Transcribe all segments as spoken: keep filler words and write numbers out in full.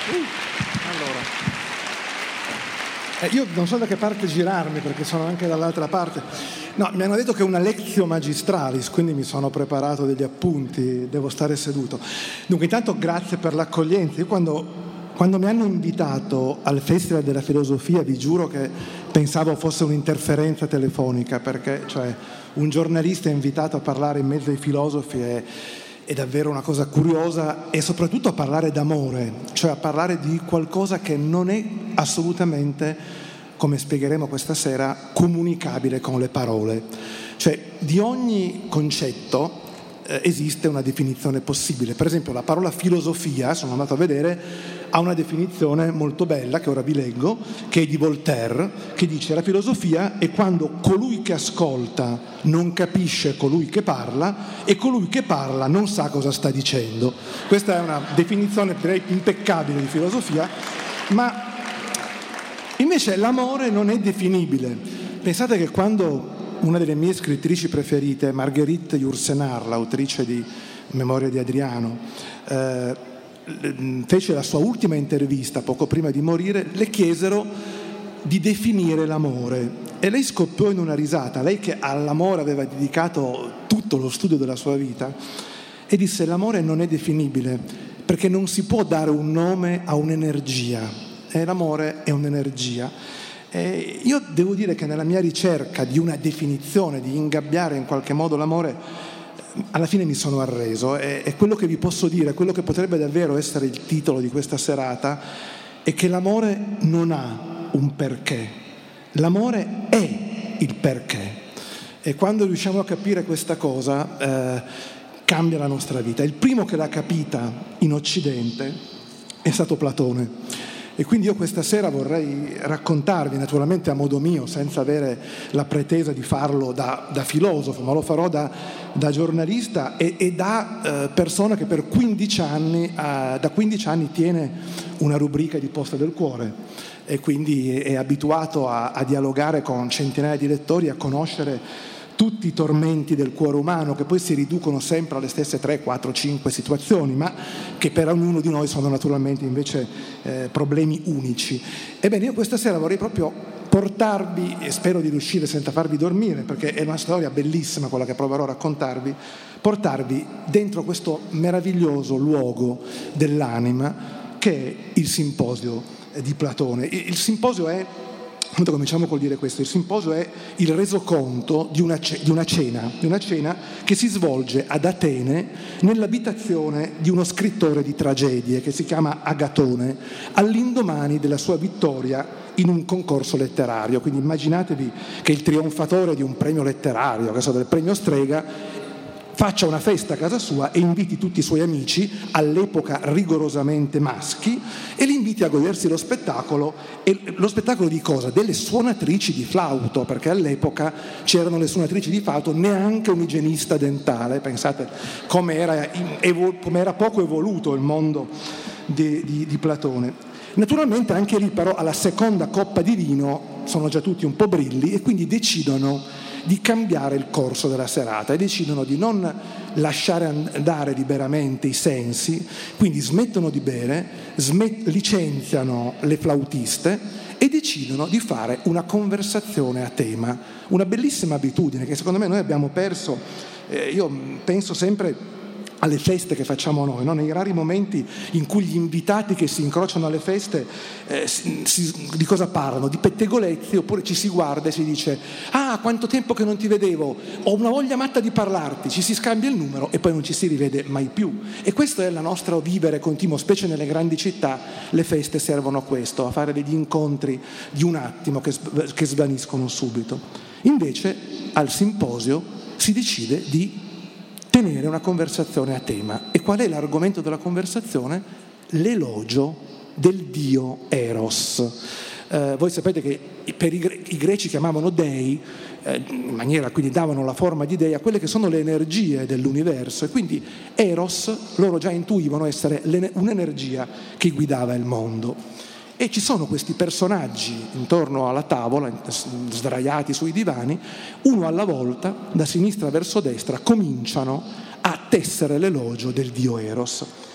Allora, eh, io non so da che parte girarmi perché sono anche dall'altra parte. No, mi hanno detto che è una lectio magistralis, quindi mi sono preparato degli appunti, devo stare seduto. Dunque, intanto grazie per l'accoglienza. Io quando, quando mi hanno invitato al Festival della Filosofia, vi giuro che pensavo fosse un'interferenza telefonica, perché cioè, un giornalista invitato a parlare in mezzo ai filosofi è... è davvero una cosa curiosa, e soprattutto a parlare d'amore, cioè a parlare di qualcosa che non è assolutamente, come spiegheremo questa sera, comunicabile con le parole. Cioè di ogni concetto eh, esiste una definizione possibile. Per esempio la parola filosofia, sono andato a vedere, ha una definizione molto bella, che ora vi leggo, che è di Voltaire, che dice: la filosofia è quando colui che ascolta non capisce colui che parla e colui che parla non sa cosa sta dicendo. Questa è una definizione, direi, impeccabile di filosofia, ma invece l'amore non è definibile. Pensate che quando una delle mie scrittrici preferite, Marguerite Yourcenar, l'autrice di Memoria di Adriano, eh, fece la sua ultima intervista poco prima di morire, le chiesero di definire l'amore e lei scoppiò in una risata, lei che all'amore aveva dedicato tutto lo studio della sua vita, e disse: l'amore non è definibile perché non si può dare un nome a un'energia, e l'amore è un'energia. E io devo dire che nella mia ricerca di una definizione, di ingabbiare in qualche modo l'amore, alla fine mi sono arreso, e, e quello che vi posso dire, quello che potrebbe davvero essere il titolo di questa serata, è che l'amore non ha un perché, l'amore è il perché, e quando riusciamo a capire questa cosa eh, cambia la nostra vita. Il primo che l'ha capita in Occidente è stato Platone. E quindi io questa sera vorrei raccontarvi, naturalmente a modo mio, senza avere la pretesa di farlo da, da filosofo, ma lo farò da, da giornalista e, e da eh, persona che per quindici anni, eh, da quindici anni tiene una rubrica di Posta del Cuore, e quindi è, è abituato a, a dialogare con centinaia di lettori, a conoscere tutti i tormenti del cuore umano, che poi si riducono sempre alle stesse tre, quattro, cinque situazioni, ma che per ognuno di noi sono naturalmente invece eh, problemi unici. Ebbene, io questa sera vorrei proprio portarvi, e spero di riuscire senza farvi dormire, perché è una storia bellissima quella che proverò a raccontarvi, portarvi dentro questo meraviglioso luogo dell'anima che è il simposio di Platone. Il simposio è... Cominciamo col dire questo: il simposio è il resoconto di una, ce- di una cena, di una cena che si svolge ad Atene nell'abitazione di uno scrittore di tragedie che si chiama Agatone, all'indomani della sua vittoria in un concorso letterario. Quindi immaginatevi che il trionfatore di un premio letterario, che so, del premio Strega, faccia una festa a casa sua e inviti tutti i suoi amici, all'epoca rigorosamente maschi, e li inviti a godersi lo spettacolo. E lo spettacolo di cosa? Delle suonatrici di flauto, perché all'epoca c'erano le suonatrici di flauto, neanche un igienista dentale. Pensate come era, come era poco evoluto il mondo di, di, di Platone. Naturalmente anche lì però alla seconda coppa di vino sono già tutti un po' brilli, e quindi decidono di cambiare il corso della serata e decidono di non lasciare andare liberamente i sensi, quindi smettono di bere, smet- licenziano le flautiste e decidono di fare una conversazione a tema, una bellissima abitudine che secondo me noi abbiamo perso. Eh, io penso sempre alle feste che facciamo noi, no? Nei rari momenti in cui gli invitati che si incrociano alle feste eh, si, si, di cosa parlano? Di pettegolezzi, oppure ci si guarda e si dice: ah, quanto tempo che non ti vedevo, ho una voglia matta di parlarti, ci si scambia il numero e poi non ci si rivede mai più. E questo è il nostro vivere continuo, specie nelle grandi città. Le feste servono a questo, a fare degli incontri di un attimo che, che svaniscono subito. Invece al simposio si decide di tenere una conversazione a tema. E qual è l'argomento della conversazione? L'elogio del dio Eros. Eh, voi sapete che per i, gre- i greci chiamavano dei, eh, in maniera, quindi davano la forma di dei a quelle che sono le energie dell'universo, e quindi Eros loro già intuivano essere un'energia che guidava il mondo. E ci sono questi personaggi intorno alla tavola, sdraiati sui divani, uno alla volta, da sinistra verso destra, cominciano a tessere l'elogio del dio Eros.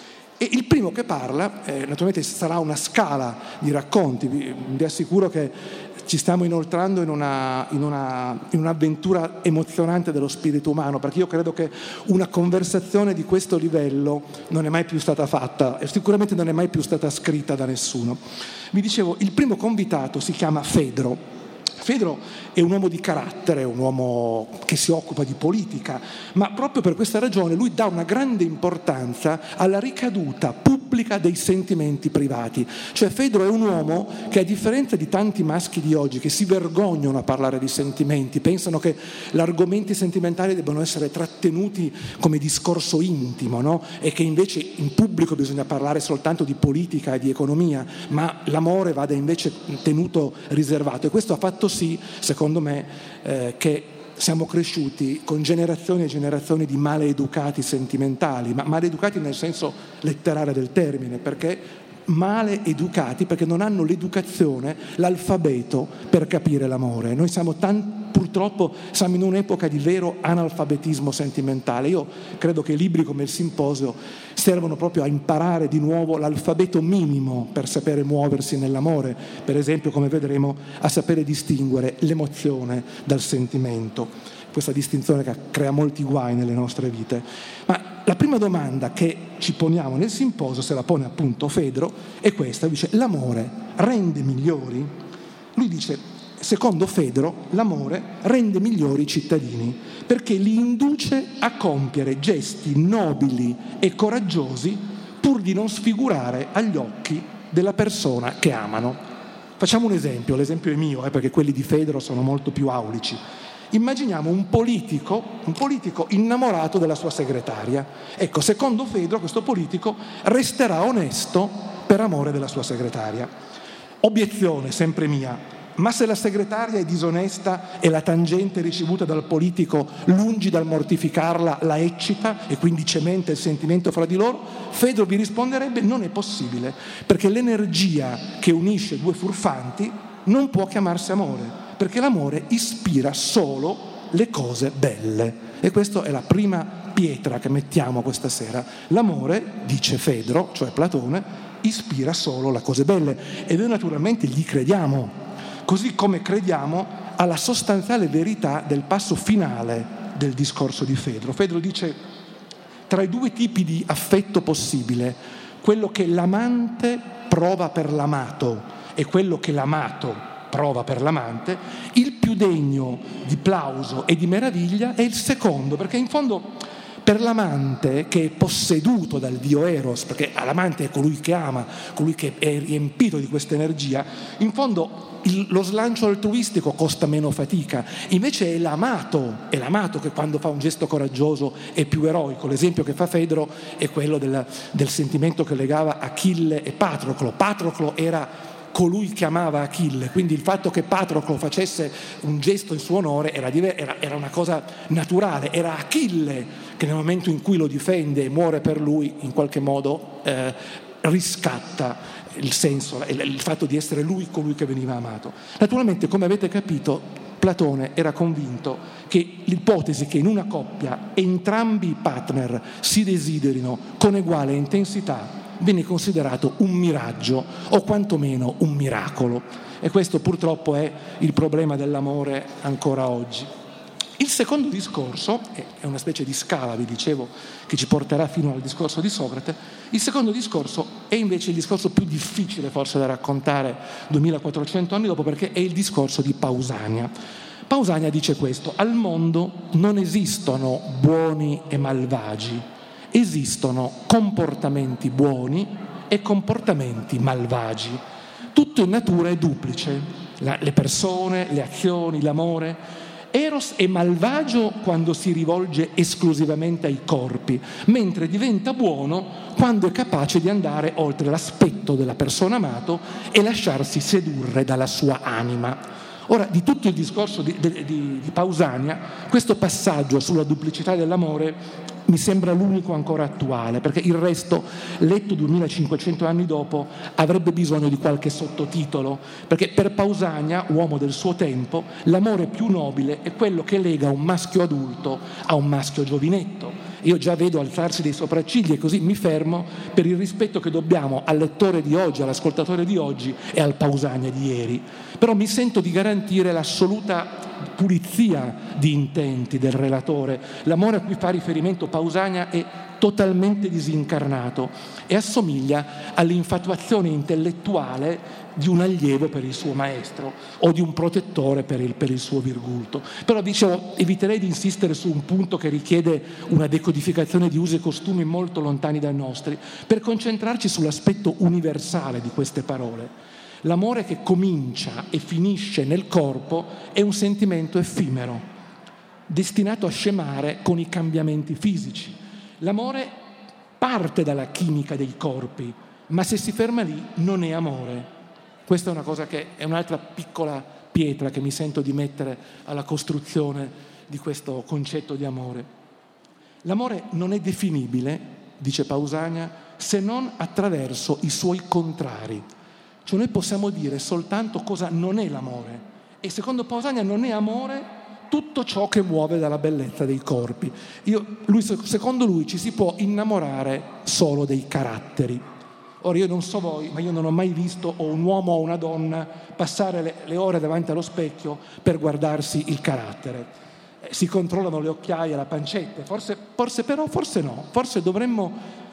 E il primo che parla, eh, naturalmente sarà una scala di racconti, vi, vi assicuro che ci stiamo inoltrando in, una, in, una, in un'avventura emozionante dello spirito umano, perché io credo che una conversazione di questo livello non è mai più stata fatta e sicuramente non è mai più stata scritta da nessuno. Vi dicevo, il primo convitato si chiama Fedro. Fedro è un uomo di carattere, un uomo che si occupa di politica, ma proprio per questa ragione lui dà una grande importanza alla ricaduta pubblica dei sentimenti privati. Cioè Fedro è un uomo che, a differenza di tanti maschi di oggi che si vergognano a parlare di sentimenti, pensano che gli argomenti sentimentali debbano essere trattenuti come discorso intimo, no? E che invece in pubblico bisogna parlare soltanto di politica e di economia, ma l'amore vada invece tenuto riservato. E questo ha fatto sì, secondo me, eh, che siamo cresciuti con generazioni e generazioni di maleeducati sentimentali, ma maleeducati nel senso letterale del termine, perché male educati perché non hanno l'educazione, l'alfabeto per capire l'amore. Noi siamo tan, purtroppo siamo in un'epoca di vero analfabetismo sentimentale. Io credo che libri come il Simposio servono proprio a imparare di nuovo l'alfabeto minimo per sapere muoversi nell'amore, per esempio, come vedremo, a sapere distinguere l'emozione dal sentimento. Questa distinzione che crea molti guai nelle nostre vite. Ma la prima domanda che ci poniamo nel Simposio, se la pone appunto Fedro, è questa, dice: l'amore rende migliori? Lui dice, secondo Fedro, l'amore rende migliori i cittadini perché li induce a compiere gesti nobili e coraggiosi pur di non sfigurare agli occhi della persona che amano. Facciamo un esempio, l'esempio è mio, eh, perché quelli di Fedro sono molto più aulici. Immaginiamo un politico, un politico innamorato della sua segretaria. Ecco, secondo Fedro questo politico resterà onesto per amore della sua segretaria. Obiezione, sempre mia, ma se la segretaria è disonesta e la tangente ricevuta dal politico, lungi dal mortificarla, la eccita e quindi cementa il sentimento fra di loro, Fedro vi risponderebbe: non è possibile, perché l'energia che unisce due furfanti non può chiamarsi amore, perché l'amore ispira solo le cose belle. E questa è la prima pietra che mettiamo questa sera. L'amore, dice Fedro, cioè Platone, ispira solo le cose belle, e noi naturalmente gli crediamo, così come crediamo alla sostanziale verità del passo finale del discorso di Fedro. Fedro dice: tra i due tipi di affetto possibile, quello che l'amante prova per l'amato e quello che l'amato prova per l'amante, il più degno di plauso e di meraviglia è il secondo, perché in fondo per l'amante che è posseduto dal dio Eros, perché l'amante è colui che ama, colui che è riempito di questa energia, in fondo il, lo slancio altruistico costa meno fatica. Invece è l'amato, è l'amato che quando fa un gesto coraggioso è più eroico. L'esempio che fa Fedro è quello del, del sentimento che legava Achille e Patroclo. Patroclo era colui che amava Achille, quindi il fatto che Patroclo facesse un gesto in suo onore era, era, era una cosa naturale. Era Achille che nel momento in cui lo difende e muore per lui, in qualche modo eh, riscatta il senso, il, il fatto di essere lui colui che veniva amato. Naturalmente, come avete capito, Platone era convinto che l'ipotesi che in una coppia entrambi i partner si desiderino con uguale intensità viene considerato un miraggio o quantomeno un miracolo, e questo purtroppo è il problema dell'amore ancora oggi. Il secondo discorso è una specie di scala, vi dicevo, che ci porterà fino al discorso di Socrate. Il secondo discorso è invece il discorso più difficile forse da raccontare duemilaquattrocento anni dopo, perché è il discorso di Pausania. Pausania dice questo: al mondo non esistono buoni e malvagi, esistono comportamenti buoni e comportamenti malvagi. Tutto in natura è duplice, la, le persone, le azioni, l'amore. Eros è malvagio quando si rivolge esclusivamente ai corpi, mentre diventa buono quando è capace di andare oltre l'aspetto della persona amato e lasciarsi sedurre dalla sua anima. Ora, di tutto il discorso di, di, di, di Pausania, questo passaggio sulla duplicità dell'amore mi sembra l'unico ancora attuale, perché il resto, letto duemilacinquecento anni dopo, avrebbe bisogno di qualche sottotitolo, perché per Pausania, uomo del suo tempo, l'amore più nobile è quello che lega un maschio adulto a un maschio giovinetto, io già vedo alzarsi dei sopraccigli e così mi fermo per il rispetto che dobbiamo al lettore di oggi, all'ascoltatore di oggi e al Pausania di ieri. Però mi sento di garantire l'assoluta pulizia di intenti del relatore. L'amore a cui fa riferimento Pausania è totalmente disincarnato e assomiglia all'infatuazione intellettuale di un allievo per il suo maestro o di un protettore per il, per il suo virgulto. Però dicevo, eviterei di insistere su un punto che richiede una decodificazione di usi e costumi molto lontani dai nostri, per concentrarci sull'aspetto universale di queste parole. L'amore che comincia e finisce nel corpo è un sentimento effimero, destinato a scemare con i cambiamenti fisici. L'amore parte dalla chimica dei corpi, ma se si ferma lì non è amore. Questa è una cosa che è un'altra piccola pietra che mi sento di mettere alla costruzione di questo concetto di amore. L'amore non è definibile, dice Pausania, se non attraverso i suoi contrari. Cioè noi possiamo dire soltanto cosa non è l'amore. E secondo Pausania non è amore tutto ciò che muove dalla bellezza dei corpi. Io, lui, secondo lui ci si può innamorare solo dei caratteri. Ora io non so voi, ma io non ho mai visto o un uomo o una donna passare le, le ore davanti allo specchio per guardarsi il carattere. Eh, si controllano le occhiaie, la pancetta, forse, forse però, forse no, forse dovremmo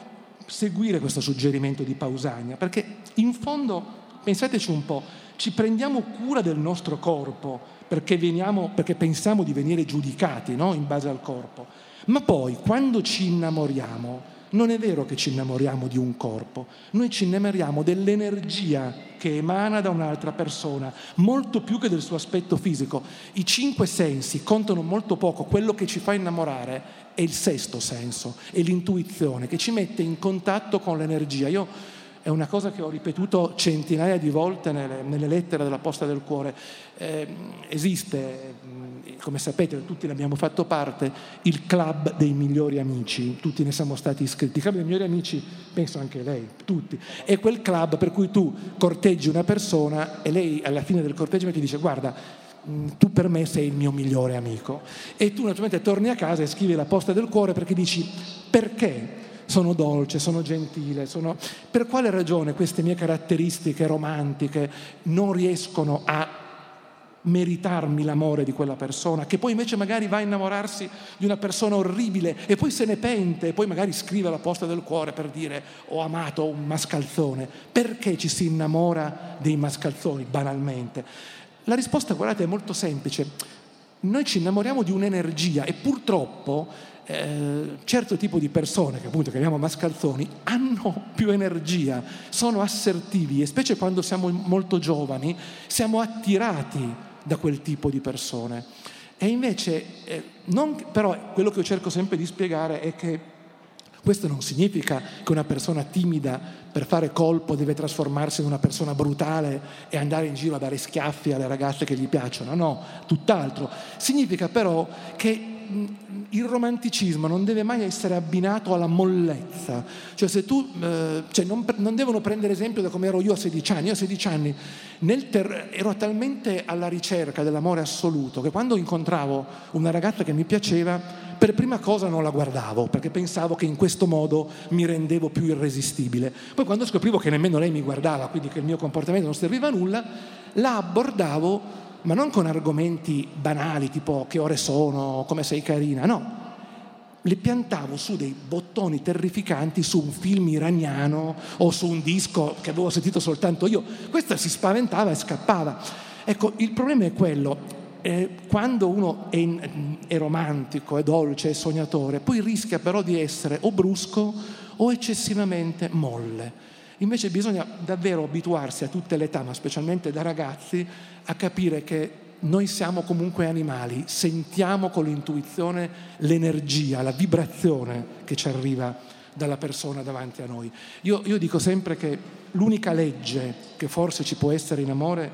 seguire questo suggerimento di Pausania, perché in fondo, pensateci un po', ci prendiamo cura del nostro corpo perché, veniamo, perché pensiamo di venire giudicati, no? In base al corpo, ma poi quando ci innamoriamo non è vero che ci innamoriamo di un corpo, noi ci innamoriamo dell'energia che emana da un'altra persona, molto più che del suo aspetto fisico. I cinque sensi contano molto poco, quello che ci fa innamorare è il sesto senso, è l'intuizione che ci mette in contatto con l'energia. Io è una cosa che ho ripetuto centinaia di volte nelle, nelle lettere della Posta del Cuore. Eh, esiste, come sapete, tutti ne abbiamo fatto parte, il club dei migliori amici, tutti ne siamo stati iscritti. Il club dei migliori amici, penso anche lei, tutti, è quel club per cui tu corteggi una persona e lei alla fine del corteggiamento ti dice: guarda, tu per me sei il mio migliore amico, e tu naturalmente torni a casa e scrivi la Posta del Cuore perché dici: perché sono dolce, sono gentile, sono... per quale ragione queste mie caratteristiche romantiche non riescono a meritarmi l'amore di quella persona, che poi invece magari va a innamorarsi di una persona orribile e poi se ne pente e poi magari scrive la Posta del Cuore per dire: ho amato un mascalzone. Perché ci si innamora dei mascalzoni banalmente? La risposta, guardate, è molto semplice. Noi ci innamoriamo di un'energia e purtroppo eh, certo tipo di persone, che appunto chiamiamo mascalzoni, hanno più energia, sono assertivi, e specie quando siamo molto giovani siamo attirati da quel tipo di persone. E invece eh, non, però quello che io cerco sempre di spiegare è che questo non significa che una persona timida per fare colpo deve trasformarsi in una persona brutale e andare in giro a dare schiaffi alle ragazze che gli piacciono, no, tutt'altro. Significa però che il romanticismo non deve mai essere abbinato alla mollezza. Cioè se tu, eh, cioè non, non devono prendere esempio da come ero io a sedici anni. Io a sedici anni nel ter- ero talmente alla ricerca dell'amore assoluto che quando incontravo una ragazza che mi piaceva, per prima cosa non la guardavo, perché pensavo che in questo modo mi rendevo più irresistibile. Poi quando scoprivo che nemmeno lei mi guardava, quindi che il mio comportamento non serviva a nulla, la abbordavo, ma non con argomenti banali tipo che ore sono, come sei carina, no. Le piantavo su dei bottoni terrificanti su un film iraniano o su un disco che avevo sentito soltanto io. Questa si spaventava e scappava. Ecco, il problema è quello. Eh, quando uno è, in, è romantico, è dolce, è sognatore, poi rischia però di essere o brusco o eccessivamente molle. Invece bisogna davvero abituarsi a tutte le età, ma specialmente da ragazzi, a capire che noi siamo comunque animali, sentiamo con l'intuizione l'energia, la vibrazione che ci arriva dalla persona davanti a noi. Io, io dico sempre che l'unica legge che forse ci può essere in amore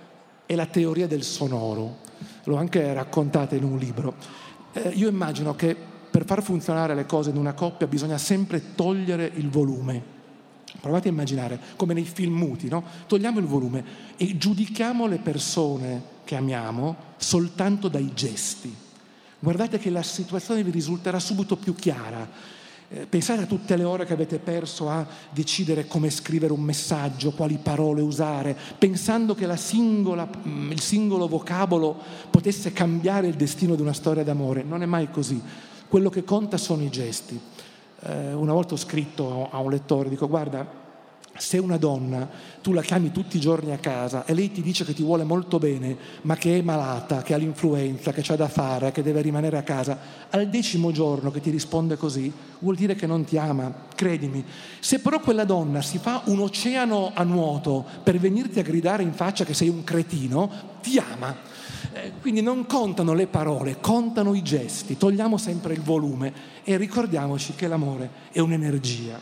è la teoria del sonoro. L'ho anche raccontata in un libro. Eh, io immagino che per far funzionare le cose in una coppia bisogna sempre togliere il volume. Provate a immaginare, come nei film muti, no? Togliamo il volume e giudichiamo le persone che amiamo soltanto dai gesti. guardate che la situazione vi risulterà subito più chiara. Eh, pensate a tutte le ore che avete perso a decidere come scrivere un messaggio, quali parole usare, pensando che la singola, il singolo vocabolo potesse cambiare il destino di una storia d'amore. Non è mai così. Quello che conta sono i gesti. Eh, una volta ho scritto a un lettore, dico: guarda, se una donna tu la chiami tutti i giorni a casa e lei ti dice che ti vuole molto bene, ma che è malata, che ha l'influenza, che c'ha da fare, che deve rimanere a casa, al decimo giorno che ti risponde così, vuol dire che non ti ama, credimi. Se però quella donna si fa un oceano a nuoto per venirti a gridare in faccia che sei un cretino, ti ama. Eh, quindi non contano le parole, contano i gesti. Togliamo sempre il volume e ricordiamoci che l'amore è un'energia.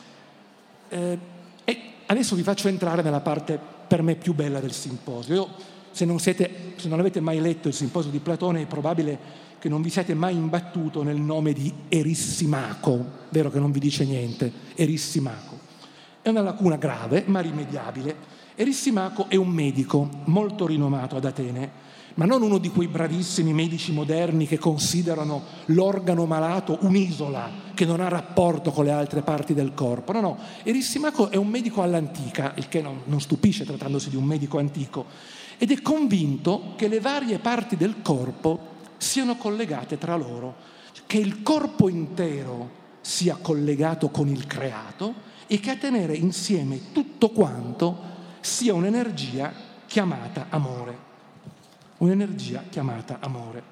Eh, Adesso vi faccio entrare nella parte per me più bella del simposio. Io, se non siete, se non avete mai letto il simposio di Platone, è probabile che non vi siate mai imbattuto nel nome di Erissimaco, vero che non vi dice niente, Erissimaco. È una lacuna grave, ma rimediabile. Erissimaco è un medico molto rinomato ad Atene, ma non uno di quei bravissimi medici moderni che considerano l'organo malato un'isola che non ha rapporto con le altre parti del corpo. No, no, Erissimaco è un medico all'antica, il che non, non stupisce trattandosi di un medico antico, ed è convinto che le varie parti del corpo siano collegate tra loro, che il corpo intero sia collegato con il creato e che a tenere insieme tutto quanto sia un'energia chiamata amore. Un'energia chiamata amore.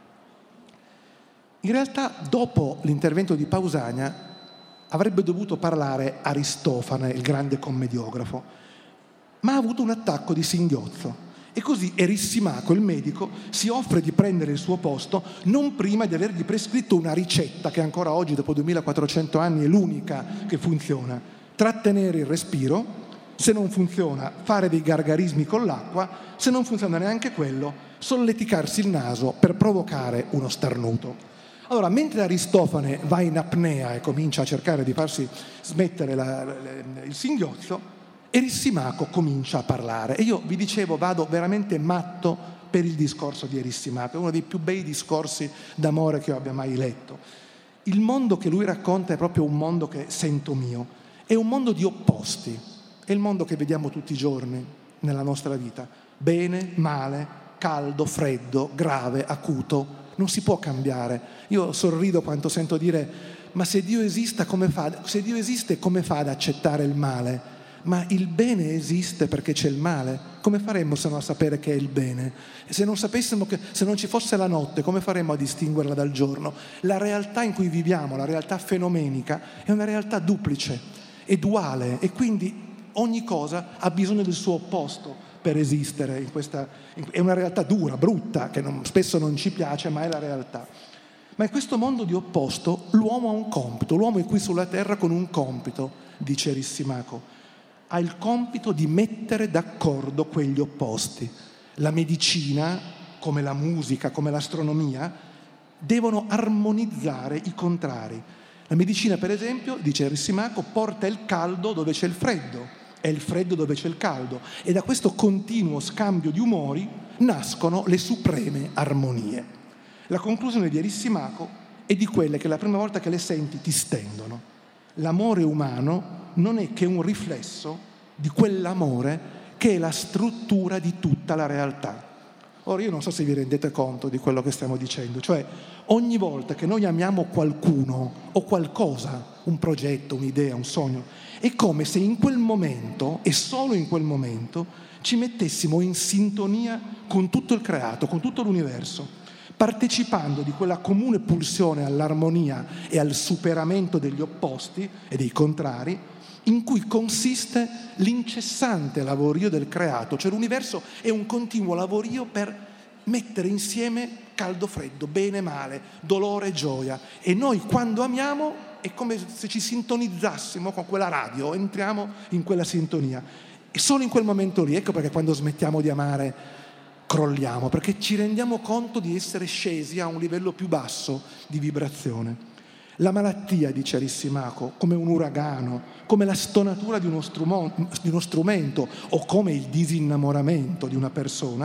In realtà, dopo l'intervento di Pausania, avrebbe dovuto parlare Aristofane, il grande commediografo, ma ha avuto un attacco di singhiozzo. E così Erissimaco, il medico, si offre di prendere il suo posto non prima di avergli prescritto una ricetta che ancora oggi, dopo duemilaquattrocento anni, è l'unica che funziona: trattenere il respiro. Se non funziona, fare dei gargarismi con l'acqua. Se non funziona neanche quello, solleticarsi il naso per provocare uno starnuto. Allora, mentre Aristofane va in apnea e comincia a cercare di farsi smettere la, la, il singhiozzo, Erissimaco comincia a parlare. E io vi dicevo, vado veramente matto per il discorso di Erissimaco. È uno dei più bei discorsi d'amore che io abbia mai letto. Il mondo che lui racconta è proprio un mondo che sento mio. È un mondo di opposti. È il mondo che vediamo tutti i giorni nella nostra vita. Bene, male, caldo, freddo, grave, acuto. Non si può cambiare. Io sorrido quando sento dire: ma se Dio esista, come fa? Se Dio esiste, come fa ad accettare il male? Ma il bene esiste perché c'è il male. Come faremmo se non a sapere che è il bene? E se non sapessimo che, se non ci fosse la notte, come faremmo a distinguerla dal giorno? La realtà in cui viviamo, la realtà fenomenica, è una realtà duplice, è duale, e quindi ogni cosa ha bisogno del suo opposto per esistere. In questa, in, è una realtà dura, brutta, che non, spesso non ci piace, ma è la realtà. Ma in questo mondo di opposto l'uomo ha un compito, l'uomo è qui sulla terra con un compito, dice Erissimaco. Ha il compito di mettere d'accordo quegli opposti. La medicina, come la musica, come l'astronomia, devono armonizzare i contrari. La medicina, per esempio, dice Erissimaco, porta il caldo dove c'è il freddo, è il freddo dove c'è il caldo, e da questo continuo scambio di umori nascono le supreme armonie. La conclusione di Erissimaco è di quelle che la prima volta che le senti ti stendono. L'amore umano non è che un riflesso di quell'amore che è la struttura di tutta la realtà. Ora, io non so se vi rendete conto di quello che stiamo dicendo, cioè ogni volta che noi amiamo qualcuno o qualcosa, un progetto, un'idea, un sogno, è come se in quel momento, e solo in quel momento, ci mettessimo in sintonia con tutto il creato, con tutto l'universo, partecipando di quella comune pulsione all'armonia e al superamento degli opposti e dei contrari, in cui consiste l'incessante lavorio del creato. Cioè l'universo è un continuo lavorio per mettere insieme caldo freddo, bene male, dolore e gioia, e noi quando amiamo è come se ci sintonizzassimo con quella radio, entriamo in quella sintonia, e solo in quel momento lì, ecco perché quando smettiamo di amare crolliamo, perché ci rendiamo conto di essere scesi a un livello più basso di vibrazione. La malattia, dice Erissimaco, come un uragano, come la stonatura di uno, strumo- di uno strumento o come il disinnamoramento di una persona,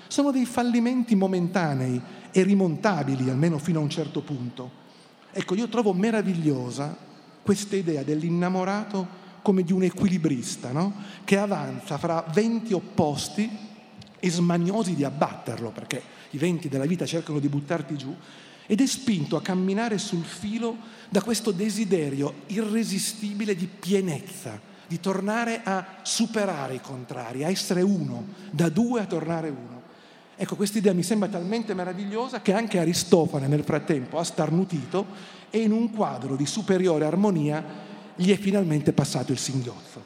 sono dei fallimenti momentanei e rimontabili, almeno fino a un certo punto. Ecco, io trovo meravigliosa questa idea dell'innamorato come di un equilibrista, no? Che avanza fra venti opposti e smaniosi di abbatterlo, perché i venti della vita cercano di buttarti giù, ed è spinto a camminare sul filo da questo desiderio irresistibile di pienezza, di tornare a superare i contrari, a essere uno, da due a tornare uno. Ecco, questa idea mi sembra talmente meravigliosa che anche Aristofane nel frattempo ha starnutito e in un quadro di superiore armonia gli è finalmente passato il singhiozzo.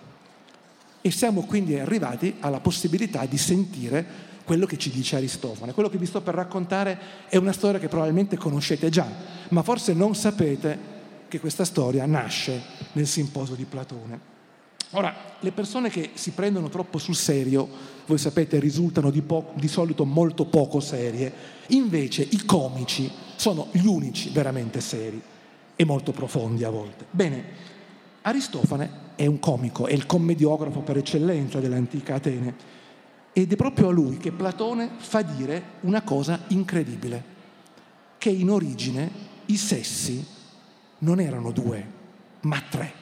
E siamo quindi arrivati alla possibilità di sentire quello che ci dice Aristofane. Quello che vi sto per raccontare è una storia che probabilmente conoscete già, ma forse non sapete che questa storia nasce nel Simposio di Platone. Ora, le persone che si prendono troppo sul serio, voi sapete, risultano di, po- di solito molto poco serie. Invece i comici sono gli unici veramente seri e molto profondi a volte. Bene, Aristofane è un comico, è il commediografo per eccellenza dell'antica Atene, ed è proprio a lui che Platone fa dire una cosa incredibile, che in origine i sessi non erano due, ma tre.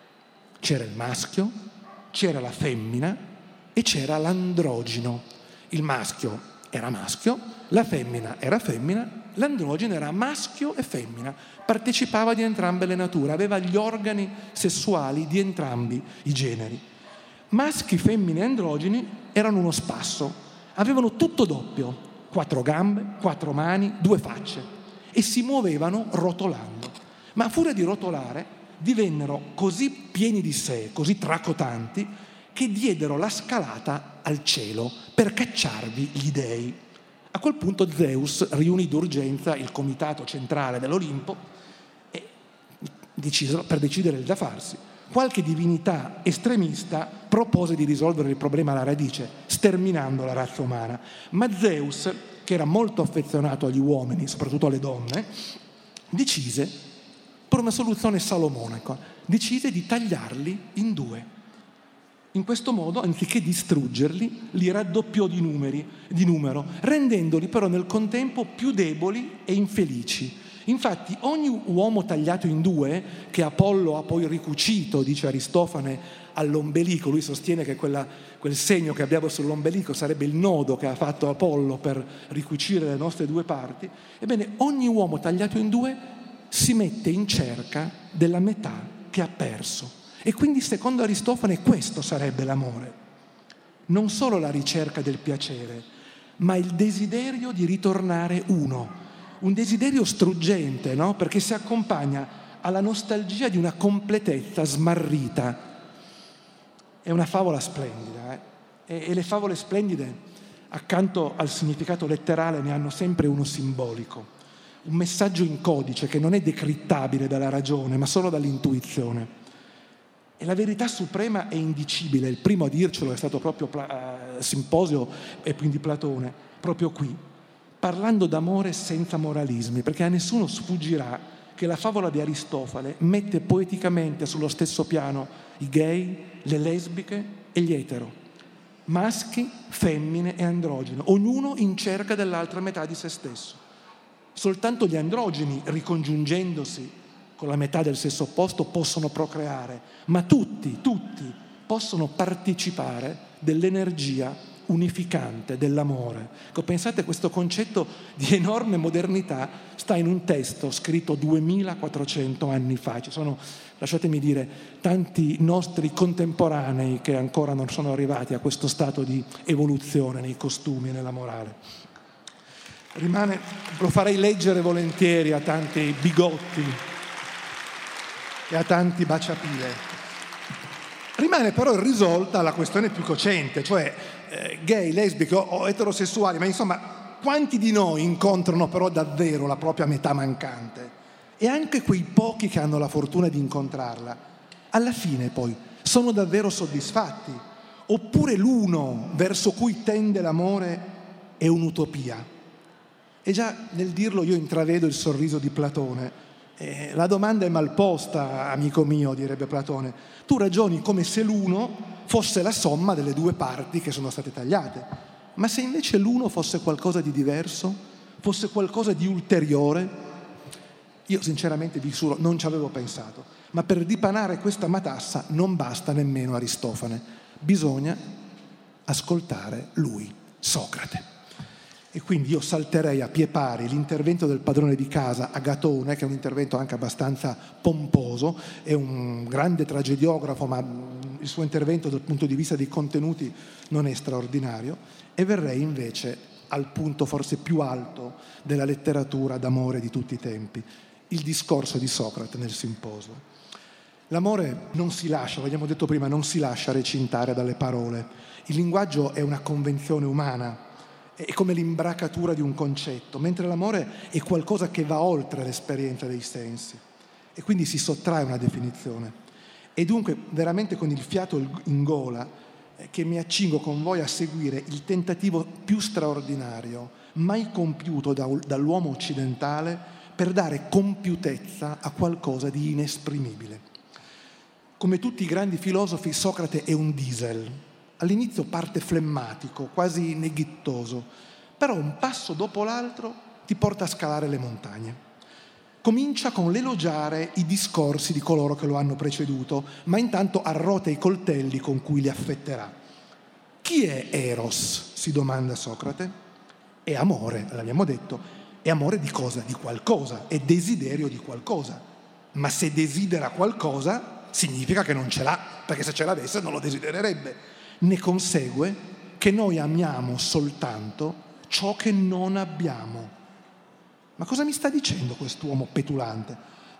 C'era il maschio, c'era la femmina e c'era l'androgino. Il maschio era maschio, la femmina era femmina, l'androgeno era maschio e femmina, partecipava di entrambe le nature, aveva gli organi sessuali di entrambi i generi. Maschi, femmine e androgeni erano uno spasso, avevano tutto doppio, quattro gambe, quattro mani, due facce, e si muovevano rotolando. Ma a furia di rotolare divennero così pieni di sé, così tracotanti, che diedero la scalata al cielo per cacciarvi gli dei. A quel punto Zeus riunì d'urgenza il comitato centrale dell'Olimpo e decisero, per decidere il da farsi. Qualche divinità estremista propose di risolvere il problema alla radice, sterminando la razza umana. Ma Zeus, che era molto affezionato agli uomini, soprattutto alle donne, decise, per una soluzione salomonica, decise di tagliarli in due. In questo modo, anziché distruggerli, li raddoppiò di, numeri, di numero, rendendoli però nel contempo più deboli e infelici. Infatti ogni uomo tagliato in due, che Apollo ha poi ricucito, dice Aristofane, all'ombelico, lui sostiene che quella, quel segno che abbiamo sull'ombelico sarebbe il nodo che ha fatto Apollo per ricucire le nostre due parti, ebbene ogni uomo tagliato in due si mette in cerca della metà che ha perso. E quindi secondo Aristofane questo sarebbe l'amore. Non solo la ricerca del piacere, ma il desiderio di ritornare uno. Un desiderio struggente, no? Perché si accompagna alla nostalgia di una completezza smarrita. È una favola splendida, eh? e, e le favole splendide, accanto al significato letterale, ne hanno sempre uno simbolico. Un messaggio in codice che non è decrittabile dalla ragione, ma solo dall'intuizione. E la verità suprema è indicibile. Il primo a dircelo è stato proprio uh, Simposio e quindi Platone, proprio qui, parlando d'amore senza moralismi, perché a nessuno sfuggirà che la favola di Aristofane mette poeticamente sullo stesso piano i gay, le lesbiche e gli etero, maschi, femmine e androgeno, ognuno in cerca dell'altra metà di se stesso. Soltanto gli androgeni, ricongiungendosi con la metà del sesso opposto, possono procreare, ma tutti, tutti possono partecipare dell'energia unificante dell'amore. Ecco, pensate, questo concetto di enorme modernità sta in un testo scritto duemilaquattrocento anni fa. Ci sono, lasciatemi dire, tanti nostri contemporanei che ancora non sono arrivati a questo stato di evoluzione nei costumi e nella morale. Rimane, lo farei leggere volentieri a tanti bigotti e a tanti baciapile. Rimane però irrisolta la questione più cocente, cioè eh, gay, lesbiche o, o eterosessuali, ma insomma quanti di noi incontrano però davvero la propria metà mancante? E anche quei pochi che hanno la fortuna di incontrarla, alla fine poi sono davvero soddisfatti? Oppure l'uno verso cui tende l'amore è un'utopia? E già nel dirlo io intravedo il sorriso di Platone. Eh, la domanda è mal posta, amico mio, direbbe Platone. Tu ragioni come se l'uno fosse la somma delle due parti che sono state tagliate. Ma se invece l'uno fosse qualcosa di diverso, fosse qualcosa di ulteriore? Io sinceramente vi giuro, non ci avevo pensato, ma per dipanare questa matassa non basta nemmeno Aristofane, bisogna ascoltare lui, Socrate. E quindi io salterei a pie pari l'intervento del padrone di casa Agatone, che è un intervento anche abbastanza pomposo, è un grande tragediografo, ma il suo intervento dal punto di vista dei contenuti non è straordinario, e verrei invece al punto forse più alto della letteratura d'amore di tutti i tempi, il discorso di Socrate nel Simposio. L'amore non si lascia, l'abbiamo detto prima, non si lascia recintare dalle parole. Il linguaggio è una convenzione umana, è come l'imbracatura di un concetto, mentre l'amore è qualcosa che va oltre l'esperienza dei sensi e quindi si sottrae a una definizione. E dunque veramente con il fiato in gola eh, che mi accingo con voi a seguire il tentativo più straordinario mai compiuto da, dall'uomo occidentale per dare compiutezza a qualcosa di inesprimibile. Come tutti i grandi filosofi, Socrate è un diesel. All'inizio parte flemmatico, quasi neghittoso, però un passo dopo l'altro ti porta a scalare le montagne. Comincia con l'elogiare i discorsi di coloro che lo hanno preceduto, ma intanto arrota i coltelli con cui li affetterà. Chi è Eros? Si domanda Socrate. È amore, l'abbiamo detto. È amore di cosa? Di qualcosa, è desiderio di qualcosa. Ma se desidera qualcosa, significa che non ce l'ha, perché se ce l'avesse non lo desidererebbe. Ne consegue che noi amiamo soltanto ciò che non abbiamo. Ma cosa mi sta dicendo quest'uomo petulante?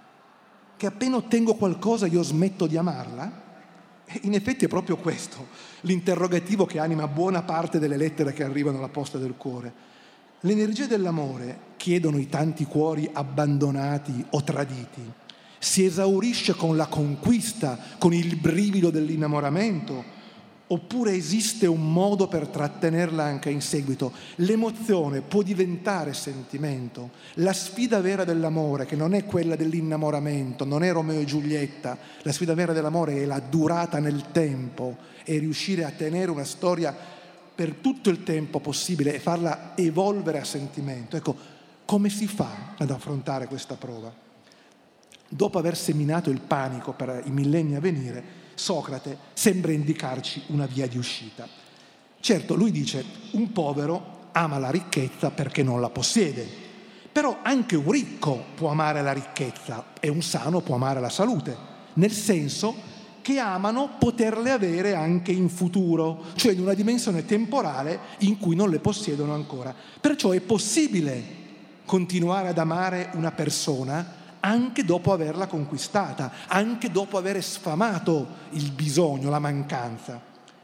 Che appena ottengo qualcosa io smetto di amarla? E in effetti è proprio questo l'interrogativo che anima buona parte delle lettere che arrivano alla posta del cuore. L'energia dell'amore, chiedono i tanti cuori abbandonati o traditi, si esaurisce con la conquista, con il brivido dell'innamoramento, oppure esiste un modo per trattenerla anche in seguito? L'emozione può diventare sentimento. La sfida vera dell'amore, che non è quella dell'innamoramento, non è Romeo e Giulietta, la sfida vera dell'amore è la durata nel tempo, è riuscire a tenere una storia per tutto il tempo possibile e farla evolvere a sentimento. Ecco, come si fa ad affrontare questa prova? Dopo aver seminato il panico per i millenni a venire, Socrate sembra indicarci una via di uscita. Certo, lui dice, un povero ama la ricchezza perché non la possiede, però anche un ricco può amare la ricchezza e un sano può amare la salute, nel senso che amano poterle avere anche in futuro, cioè in una dimensione temporale in cui non le possiedono ancora. Perciò è possibile continuare ad amare una persona anche dopo averla conquistata, anche dopo aver sfamato il bisogno, la mancanza.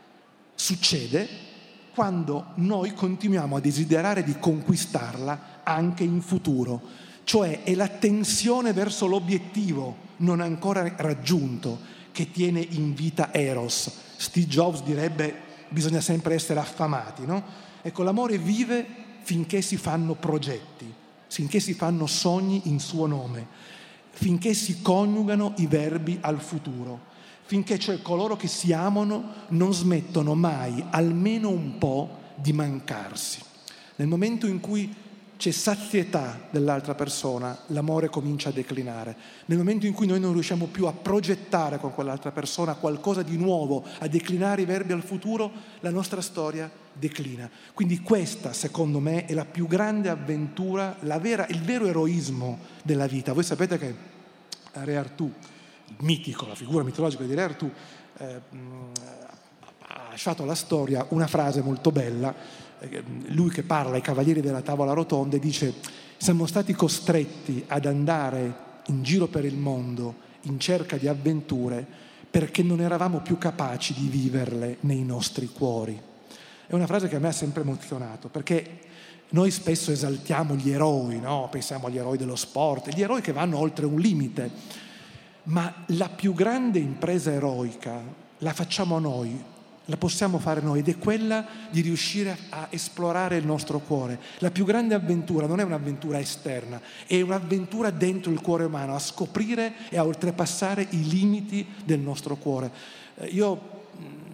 Succede quando noi continuiamo a desiderare di conquistarla anche in futuro, cioè è la tensione verso l'obiettivo non ancora raggiunto che tiene in vita Eros. Steve Jobs direbbe bisogna sempre essere affamati, no? Ecco, l'amore vive finché si fanno progetti, finché si fanno sogni in suo nome, finché si coniugano i verbi al futuro, finché cioè coloro che si amano non smettono mai, almeno un po', di mancarsi. Nel momento in cui c'è sazietà dell'altra persona, l'amore comincia a declinare. Nel momento in cui noi non riusciamo più a progettare con quell'altra persona qualcosa di nuovo, a declinare i verbi al futuro, la nostra storia declina. Quindi questa, secondo me, è la più grande avventura, la vera, il vero eroismo della vita. Voi sapete che Re Artù, il mitico, la figura mitologica di Re Artù, eh, ha lasciato alla storia una frase molto bella. Lui che parla ai cavalieri della tavola rotonda dice: siamo stati costretti ad andare in giro per il mondo in cerca di avventure perché non eravamo più capaci di viverle nei nostri cuori. È una frase che a me ha sempre emozionato, perché noi spesso esaltiamo gli eroi, no? Pensiamo agli eroi dello sport, gli eroi che vanno oltre un limite, ma la più grande impresa eroica la facciamo noi, la possiamo fare noi, ed è quella di riuscire a esplorare il nostro cuore. La più grande avventura non è un'avventura esterna, è un'avventura dentro il cuore umano, a scoprire e a oltrepassare i limiti del nostro cuore. Io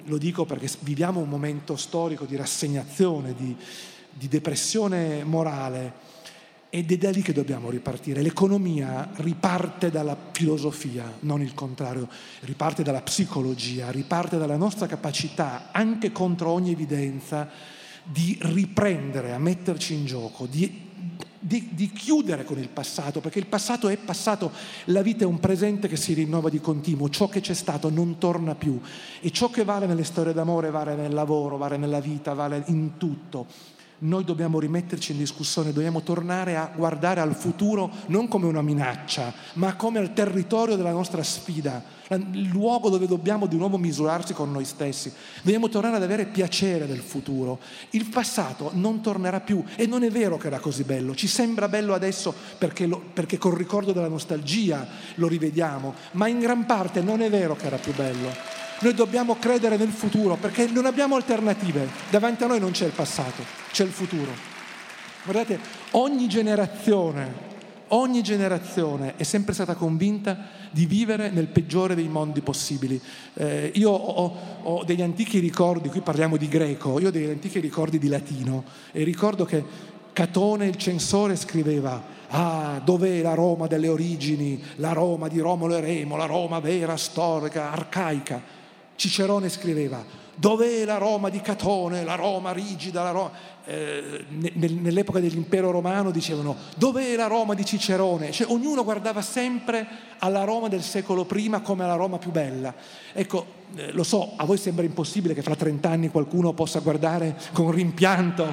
lo dico perché viviamo un momento storico di rassegnazione, di, di depressione morale, ed è da lì che dobbiamo ripartire. L'economia riparte dalla filosofia, non il contrario, riparte dalla psicologia, riparte dalla nostra capacità, anche contro ogni evidenza, di riprendere, a metterci in gioco, di, di, di chiudere con il passato, perché il passato è passato, la vita è un presente che si rinnova di continuo, ciò che c'è stato non torna più, e ciò che vale nelle storie d'amore vale nel lavoro, vale nella vita, vale in tutto. Noi dobbiamo rimetterci in discussione, dobbiamo tornare a guardare al futuro non come una minaccia, ma come al territorio della nostra sfida, il luogo dove dobbiamo di nuovo misurarci con noi stessi. Dobbiamo tornare ad avere piacere del futuro. Il passato non tornerà più, e non è vero che era così bello, ci sembra bello adesso perché, lo, perché col ricordo della nostalgia lo rivediamo, ma in gran parte non è vero che era più bello. Noi dobbiamo credere nel futuro, perché non abbiamo alternative. Davanti a noi non c'è il passato, c'è il futuro. Guardate, ogni generazione, ogni generazione è sempre stata convinta di vivere nel peggiore dei mondi possibili. Eh, io ho, ho degli antichi ricordi, qui parliamo di greco, io ho degli antichi ricordi di latino, e ricordo che Catone, il censore, scriveva: ah, dov'è la Roma delle origini, la Roma di Romolo e Remo, la Roma vera, storica, arcaica. Cicerone scriveva: dov'è la Roma di Catone, la Roma rigida, la Roma... Eh, nell'epoca dell'impero romano dicevano: dov'è la Roma di Cicerone? Cioè, ognuno guardava sempre alla Roma del secolo prima come alla Roma più bella. Ecco, eh, lo so, a voi sembra impossibile che fra trent'anni qualcuno possa guardare con rimpianto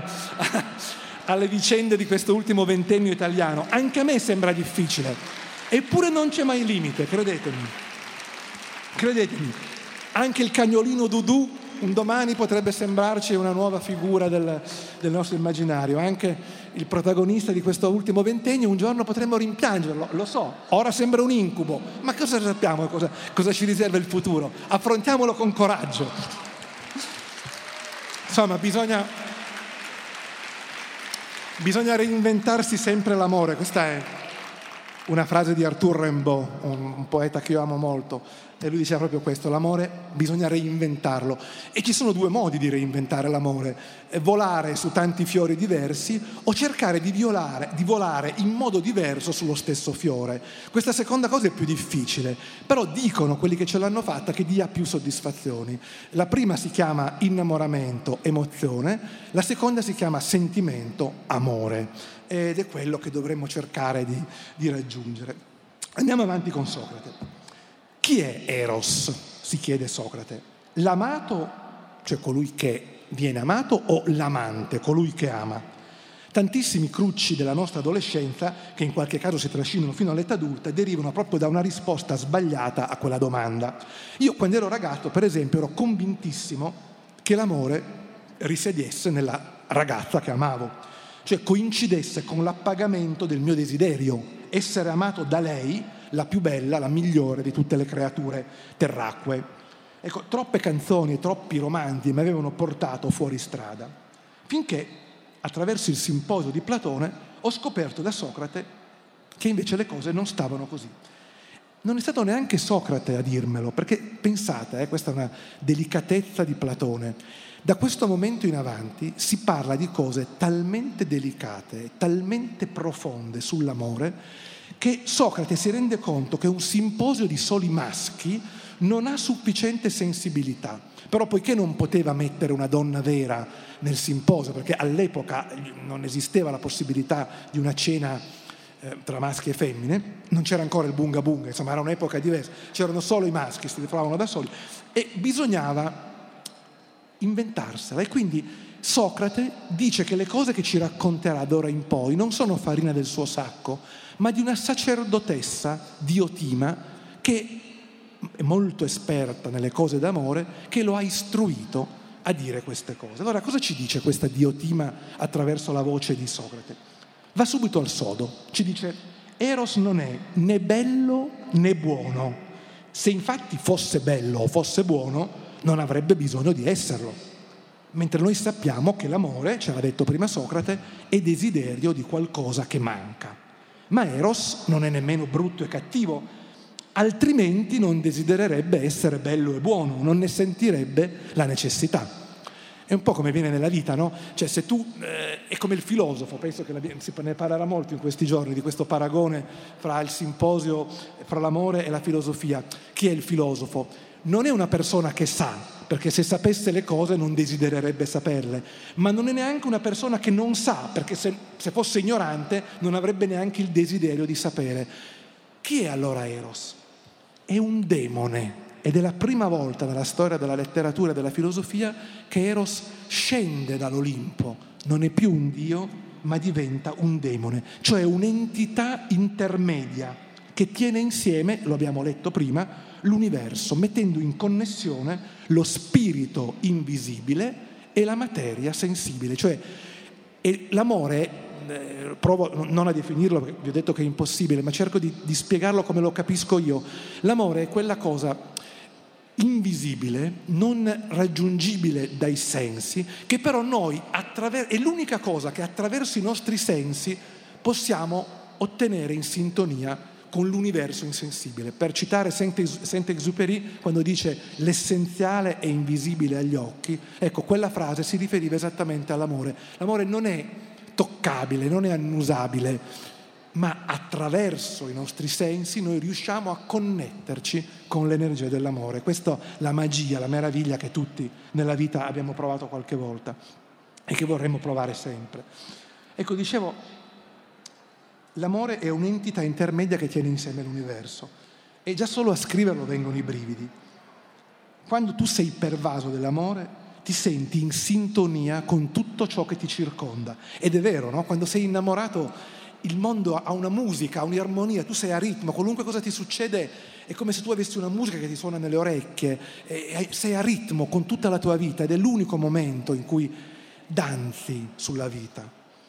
alle vicende di questo ultimo ventennio italiano. Anche a me sembra difficile, eppure non c'è mai limite, credetemi. Credetemi. Anche il cagnolino Dudù un domani potrebbe sembrarci una nuova figura del, del nostro immaginario. Anche il protagonista di questo ultimo ventennio un giorno potremmo rimpiangerlo, lo so, ora sembra un incubo, ma cosa sappiamo, cosa, cosa ci riserva il futuro? Affrontiamolo con coraggio. Insomma, bisogna, bisogna reinventarsi sempre l'amore. Questa è una frase di Arthur Rimbaud, un, un poeta che io amo molto. E lui diceva proprio questo: l'amore bisogna reinventarlo. E ci sono due modi di reinventare l'amore: volare su tanti fiori diversi o cercare di, violare, di volare in modo diverso sullo stesso fiore. Questa seconda cosa è più difficile, però dicono quelli che ce l'hanno fatta che dia più soddisfazioni. La prima si chiama innamoramento, emozione; la seconda si chiama sentimento, amore, ed è quello che dovremmo cercare di, di raggiungere. Andiamo avanti con Socrate. Chi è Eros? Si chiede Socrate. L'amato, cioè colui che viene amato, o l'amante, colui che ama? Tantissimi crucci della nostra adolescenza, che in qualche caso si trascinano fino all'età adulta, derivano proprio da una risposta sbagliata a quella domanda. Io, quando ero ragazzo, per esempio, ero convintissimo che l'amore risiedesse nella ragazza che amavo, cioè coincidesse con l'appagamento del mio desiderio, essere amato da lei, la più bella, la migliore di tutte le creature terracque. Ecco, troppe canzoni e troppi romanzi mi avevano portato fuori strada, finché attraverso il simposio di Platone ho scoperto da Socrate che invece le cose non stavano così. Non è stato neanche Socrate a dirmelo, perché pensate, eh, questa è una delicatezza di Platone. Da questo momento in avanti si parla di cose talmente delicate, talmente profonde sull'amore, che Socrate si rende conto che un simposio di soli maschi non ha sufficiente sensibilità. Però, poiché non poteva mettere una donna vera nel simposio, perché all'epoca non esisteva la possibilità di una cena eh, tra maschi e femmine, non c'era ancora il bunga bunga, insomma era un'epoca diversa, c'erano solo i maschi, si trovavano da soli, e bisognava inventarsela. E quindi Socrate dice che le cose che ci racconterà d'ora in poi non sono farina del suo sacco, ma di una sacerdotessa, Diotima, che è molto esperta nelle cose d'amore, che lo ha istruito a dire queste cose. Allora, cosa ci dice questa Diotima attraverso la voce di Socrate? Va subito al sodo, ci dice: Eros non è né bello né buono. Se infatti fosse bello o fosse buono, non avrebbe bisogno di esserlo. Mentre noi sappiamo che l'amore, ce l'ha detto prima Socrate, è desiderio di qualcosa che manca. Ma Eros non è nemmeno brutto e cattivo. altrimenti non desidererebbe essere bello e buono, non ne sentirebbe la necessità. È un po' come viene nella vita, no? Cioè se tu, eh, è come il filosofo, penso che si ne parlerà molto in questi giorni di questo paragone fra il simposio, fra l'amore e la filosofia. Chi è il filosofo? Non è una persona che sa, perché se sapesse le cose non desidererebbe saperle, ma non è neanche una persona che non sa, perché se, se fosse ignorante non avrebbe neanche il desiderio di sapere. Chi è allora Eros? È un demone. Ed è la prima volta nella storia della letteratura e della filosofia che Eros scende dall'Olimpo, non è più un dio, ma diventa un demone, cioè un'entità intermedia che tiene insieme, lo abbiamo letto prima, l'universo, mettendo in connessione lo spirito invisibile e la materia sensibile. Cioè e l'amore, eh, provo non a definirlo perché vi ho detto che è impossibile, ma cerco di, di spiegarlo come lo capisco io. L'amore è quella cosa invisibile, non raggiungibile dai sensi, che però noi attraver- è l'unica cosa che attraverso i nostri sensi possiamo ottenere in sintonia con l'universo insensibile. Per citare Saint-Exupéry, quando dice l'essenziale è invisibile agli occhi, ecco, quella frase si riferiva esattamente all'amore. L'amore non è toccabile, non è annusabile, ma attraverso i nostri sensi noi riusciamo a connetterci con l'energia dell'amore. Questa è la magia, la meraviglia che tutti nella vita abbiamo provato qualche volta e che vorremmo provare sempre. Ecco, dicevo, l'amore è un'entità intermedia che tiene insieme l'universo e già solo a scriverlo vengono i brividi. Quando tu sei pervaso dell'amore ti senti in sintonia con tutto ciò che ti circonda. Ed è vero, no? Quando sei innamorato il mondo ha una musica, ha un'armonia, tu sei a ritmo, qualunque cosa ti succede è come se tu avessi una musica che ti suona nelle orecchie, e sei a ritmo con tutta la tua vita ed è l'unico momento in cui danzi sulla vita.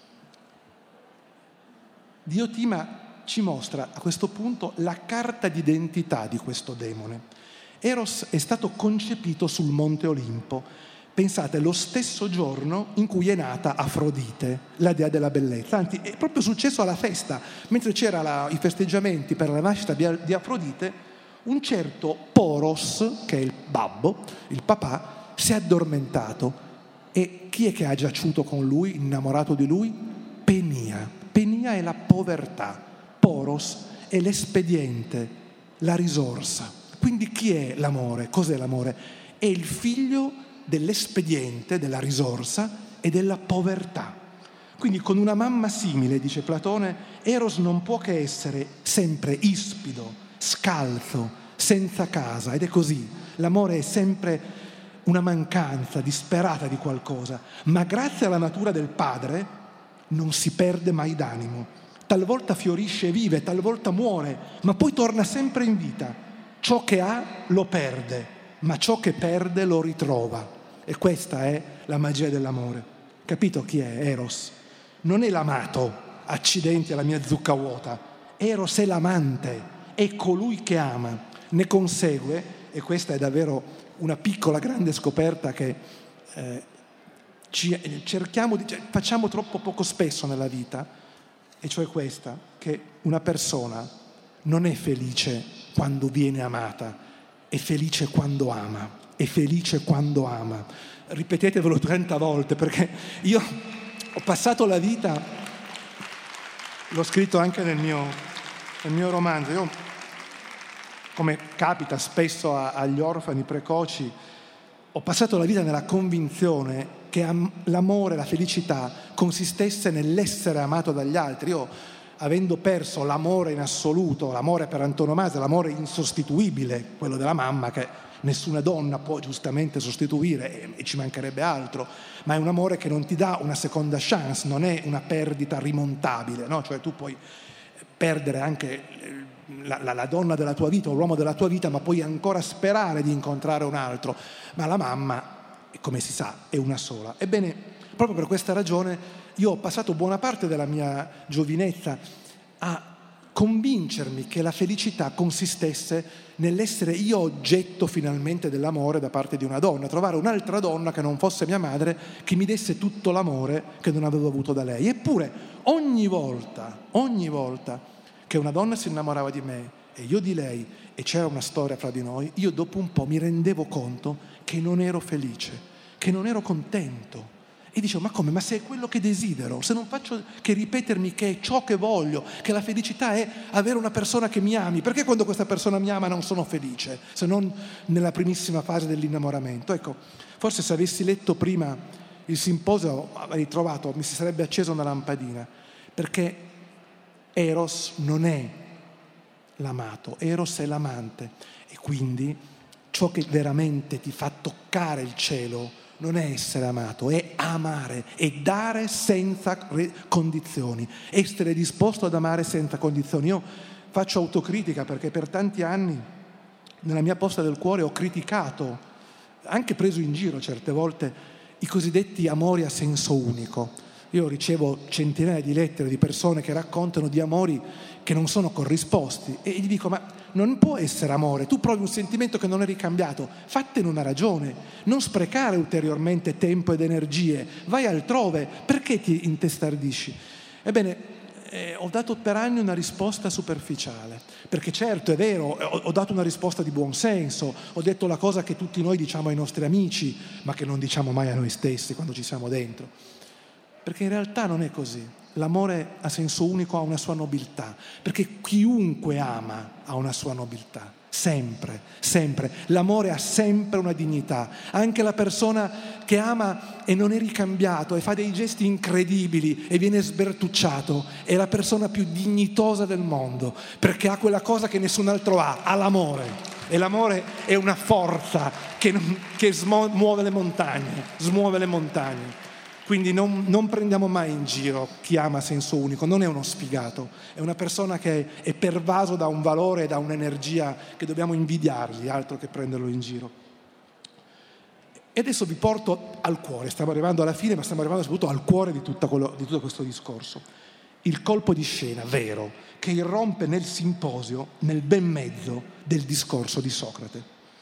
Diotima ci mostra a questo punto la carta d'identità di questo demone. Eros è stato concepito sul Monte Olimpo. Pensate, lo stesso giorno in cui è nata Afrodite, la dea della bellezza. Anzi, è proprio successo alla festa, mentre c'erano i festeggiamenti per la nascita di Afrodite, un certo Poros, che è il babbo, il papà, si è addormentato. E chi è che ha giaciuto con lui, innamorato di lui? Penia. Penia è la povertà, Poros è l'espediente, la risorsa. Quindi chi è l'amore? Cos'è l'amore? È il figlio dell'espediente, della risorsa e della povertà. Quindi con una mamma simile, dice Platone, Eros non può che essere sempre ispido, scalzo, senza casa, ed è così. L'amore è sempre una mancanza disperata di qualcosa, ma grazie alla natura del padre non si perde mai d'animo. Talvolta fiorisce e vive, talvolta muore, ma poi torna sempre in vita. Ciò che ha lo perde, ma ciò che perde lo ritrova. E questa è la magia dell'amore. Capito chi è Eros? Non è l'amato, accidenti alla mia zucca vuota. Eros è l'amante, è colui che ama. Ne consegue, e questa è davvero una piccola grande scoperta che eh, ci, cerchiamo di, cioè, facciamo troppo poco spesso nella vita, e cioè questa, che una persona non è felice quando viene amata, è felice quando ama. È felice quando ama. Ripetetevelo trenta volte, perché io ho passato la vita, l'ho scritto anche nel mio, nel mio romanzo, io, come capita spesso a, agli orfani precoci, ho passato la vita nella convinzione che am- l'amore, la felicità consistesse nell'essere amato dagli altri. Io, avendo perso l'amore in assoluto, l'amore per antonomasia, l'amore insostituibile, quello della mamma, che nessuna donna può giustamente sostituire, e ci mancherebbe altro, ma è un amore che non ti dà una seconda chance, non è una perdita rimontabile, no? Cioè tu puoi perdere anche la, la, la donna della tua vita o l'uomo della tua vita, ma puoi ancora sperare di incontrare un altro. Ma la mamma, come si sa, è una sola. Ebbene, proprio per questa ragione io ho passato buona parte della mia giovinezza a convincermi che la felicità consistesse nell'essere io oggetto finalmente dell'amore da parte di una donna, trovare un'altra donna che non fosse mia madre, che mi desse tutto l'amore che non avevo avuto da lei. Eppure ogni volta, ogni volta che una donna si innamorava di me e io di lei, e c'era una storia fra di noi, io dopo un po' mi rendevo conto che non ero felice, che non ero contento. E dicevo, ma come? Ma se è quello che desidero, se non faccio che ripetermi che è ciò che voglio, che la felicità è avere una persona che mi ami, perché quando questa persona mi ama non sono felice, se non nella primissima fase dell'innamoramento? Ecco, forse se avessi letto prima il simposio avrei trovato, mi si sarebbe accesa una lampadina, perché Eros non è l'amato, Eros è l'amante, e quindi ciò che veramente ti fa toccare il cielo non è essere amato, è amare, è dare senza condizioni, essere disposto ad amare senza condizioni. Io faccio autocritica perché per tanti anni nella mia posta del cuore ho criticato, anche preso in giro certe volte, i cosiddetti amori a senso unico. Io ricevo centinaia di lettere di persone che raccontano di amori che non sono corrisposti e gli dico, ma non può essere amore, tu provi un sentimento che non è ricambiato, fattene una ragione, non sprecare ulteriormente tempo ed energie, vai altrove, perché ti intestardisci? Ebbene, eh, ho dato per anni una risposta superficiale, perché certo è vero, ho, ho dato una risposta di buon senso, ho detto la cosa che tutti noi diciamo ai nostri amici, ma che non diciamo mai a noi stessi quando ci siamo dentro, perché in realtà non è così. L'amore a senso unico ha una sua nobiltà, perché chiunque ama ha una sua nobiltà, sempre, sempre. L'amore ha sempre una dignità. Anche la persona che ama e non è ricambiato e fa dei gesti incredibili e viene sbertucciato è la persona più dignitosa del mondo, perché ha quella cosa che nessun altro ha, ha l'amore. E l'amore è una forza che, non, che smuove le montagne, smuove le montagne. Quindi non, non prendiamo mai in giro chi ama a senso unico, non è uno sfigato, è una persona che è pervaso da un valore e da un'energia che dobbiamo invidiargli, altro che prenderlo in giro. E adesso vi porto al cuore, stiamo arrivando alla fine, ma stiamo arrivando soprattutto al cuore di, tutto quello, di tutto questo discorso. Il colpo di scena vero che irrompe nel simposio, nel ben mezzo del discorso di Socrate.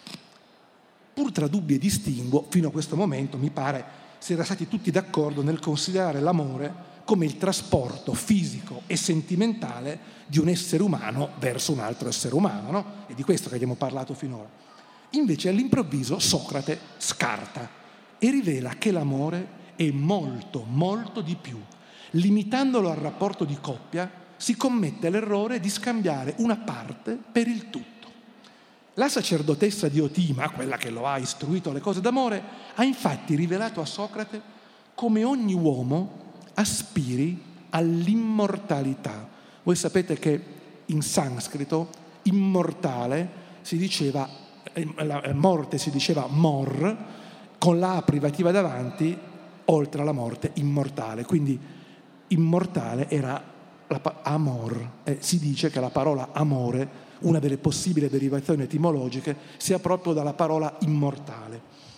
Pur tra dubbi e distinguo, fino a questo momento mi pare si era stati tutti d'accordo nel considerare l'amore come il trasporto fisico e sentimentale di un essere umano verso un altro essere umano, no? È di questo che abbiamo parlato finora. Invece all'improvviso Socrate scarta e rivela che l'amore è molto, molto di più. Limitandolo al rapporto di coppia si commette l'errore di scambiare una parte per il tutto. La sacerdotessa Diotima, quella che lo ha istruito alle cose d'amore, ha infatti rivelato a Socrate come ogni uomo aspiri all'immortalità. Voi sapete che in sanscrito immortale si diceva, la morte si diceva mor, con la A privativa davanti, oltre alla morte, immortale. Quindi immortale era la amor. Eh, si dice che la parola amore, una delle possibili derivazioni etimologiche, sia proprio dalla parola immortale.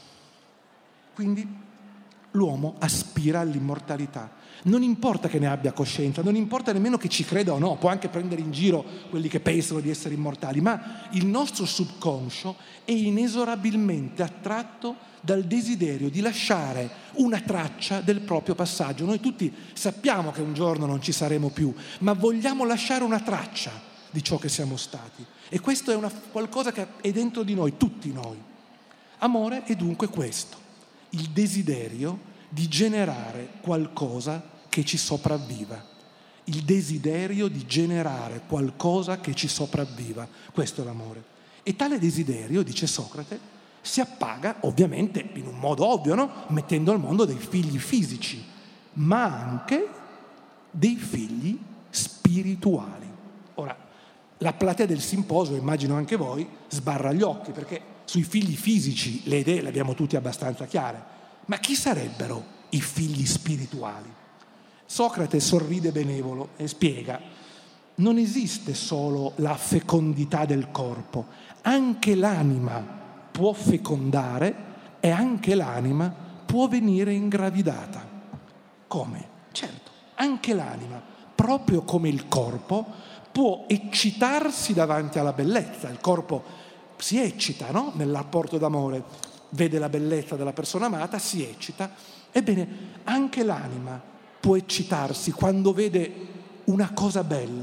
Quindi l'uomo aspira all'immortalità. Non importa che ne abbia coscienza, non importa nemmeno che ci creda o no, può anche prendere in giro quelli che pensano di essere immortali, ma il nostro subconscio è inesorabilmente attratto dal desiderio di lasciare una traccia del proprio passaggio. Noi tutti sappiamo che un giorno non ci saremo più, ma vogliamo lasciare una traccia di ciò che siamo stati. E questo è una, qualcosa che è dentro di noi, tutti noi. Amore è dunque questo, il desiderio di generare qualcosa che ci sopravviva. Il desiderio di generare qualcosa che ci sopravviva. Questo è l'amore. E tale desiderio, dice Socrate, si appaga ovviamente in un modo ovvio, no? Mettendo al mondo dei figli fisici, ma anche dei figli spirituali. Ora, la platea del simposio, immagino anche voi, sbarra gli occhi, perché sui figli fisici le idee le abbiamo tutti abbastanza chiare. Ma chi sarebbero i figli spirituali? Socrate sorride benevolo e spiega: non esiste solo la fecondità del corpo, anche l'anima può fecondare e anche l'anima può venire ingravidata. Come? Certo, anche l'anima, proprio come il corpo, può eccitarsi davanti alla bellezza. Il corpo si eccita, no? Nel rapporto d'amore, vede la bellezza della persona amata, si eccita. Ebbene, anche l'anima può eccitarsi quando vede una cosa bella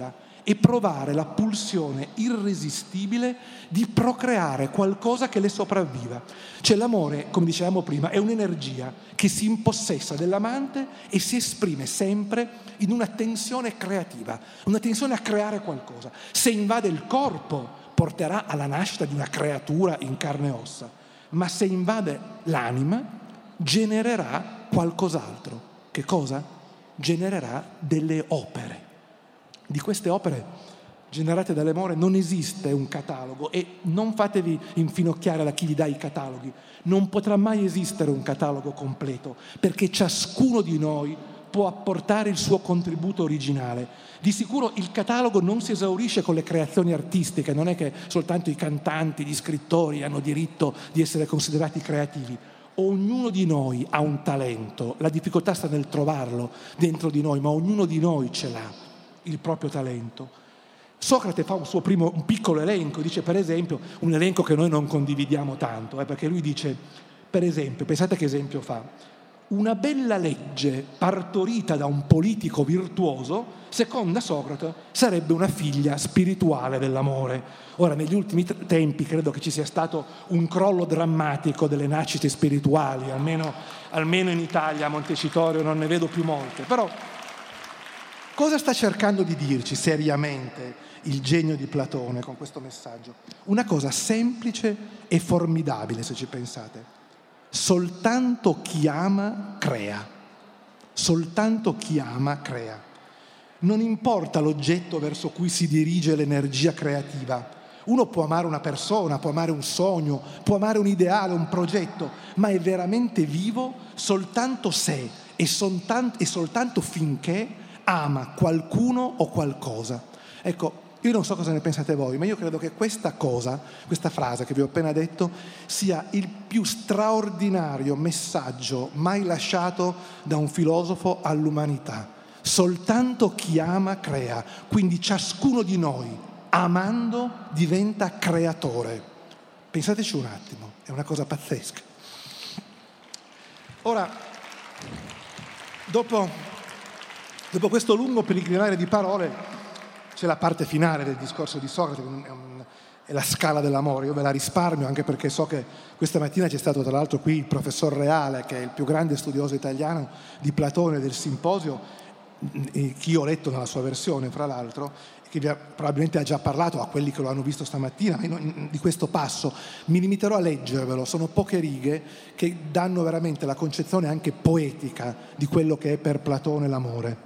e provare la pulsione irresistibile di procreare qualcosa che le sopravviva. Cioè l'amore, come dicevamo prima, è un'energia che si impossessa dell'amante e si esprime sempre in una tensione creativa, una tensione a creare qualcosa. Se invade il corpo, porterà alla nascita di una creatura in carne e ossa, ma se invade l'anima, genererà qualcos'altro. Che cosa? Genererà delle opere. Di queste opere generate dall'amore non esiste un catalogo, e non fatevi infinocchiare da chi vi dà i cataloghi. Non potrà mai esistere un catalogo completo, perché ciascuno di noi può apportare il suo contributo originale. Di sicuro il catalogo non si esaurisce con le creazioni artistiche, non è che soltanto i cantanti, gli scrittori hanno diritto di essere considerati creativi. Ognuno di noi ha un talento, la difficoltà sta nel trovarlo dentro di noi, ma ognuno di noi ce l'ha il proprio talento. Socrate fa un suo primo, un piccolo elenco, dice per esempio, un elenco che noi non condividiamo tanto, eh, perché lui dice, per esempio, pensate che esempio fa, una bella legge partorita da un politico virtuoso, secondo Socrate, sarebbe una figlia spirituale dell'amore. Ora, negli ultimi tempi credo che ci sia stato un crollo drammatico delle nascite spirituali, almeno, almeno in Italia, a Montecitorio non ne vedo più molte, però cosa sta cercando di dirci seriamente il genio di Platone con questo messaggio? Una cosa semplice e formidabile, se ci pensate. Soltanto chi ama crea. Soltanto chi ama crea. Non importa l'oggetto verso cui si dirige l'energia creativa. Uno può amare una persona, può amare un sogno, può amare un ideale, un progetto, ma è veramente vivo soltanto se e soltanto, e soltanto finché ama qualcuno o qualcosa. Ecco, io non so cosa ne pensate voi, ma io credo che questa cosa, questa frase che vi ho appena detto, sia il più straordinario messaggio mai lasciato da un filosofo all'umanità. Soltanto chi ama crea, quindi ciascuno di noi, amando, diventa creatore. Pensateci un attimo, è una cosa pazzesca. Ora, dopo... Dopo questo lungo pellegrinare di parole c'è la parte finale del discorso di Socrate, è la scala dell'amore. Io ve la risparmio anche perché so che questa mattina c'è stato tra l'altro qui il professor Reale, che è il più grande studioso italiano di Platone del simposio, che io ho letto nella sua versione fra l'altro, che vi ha, probabilmente ha già parlato a quelli che lo hanno visto stamattina di questo passo. Mi limiterò a leggervelo, sono poche righe che danno veramente la concezione anche poetica di quello che è per Platone l'amore.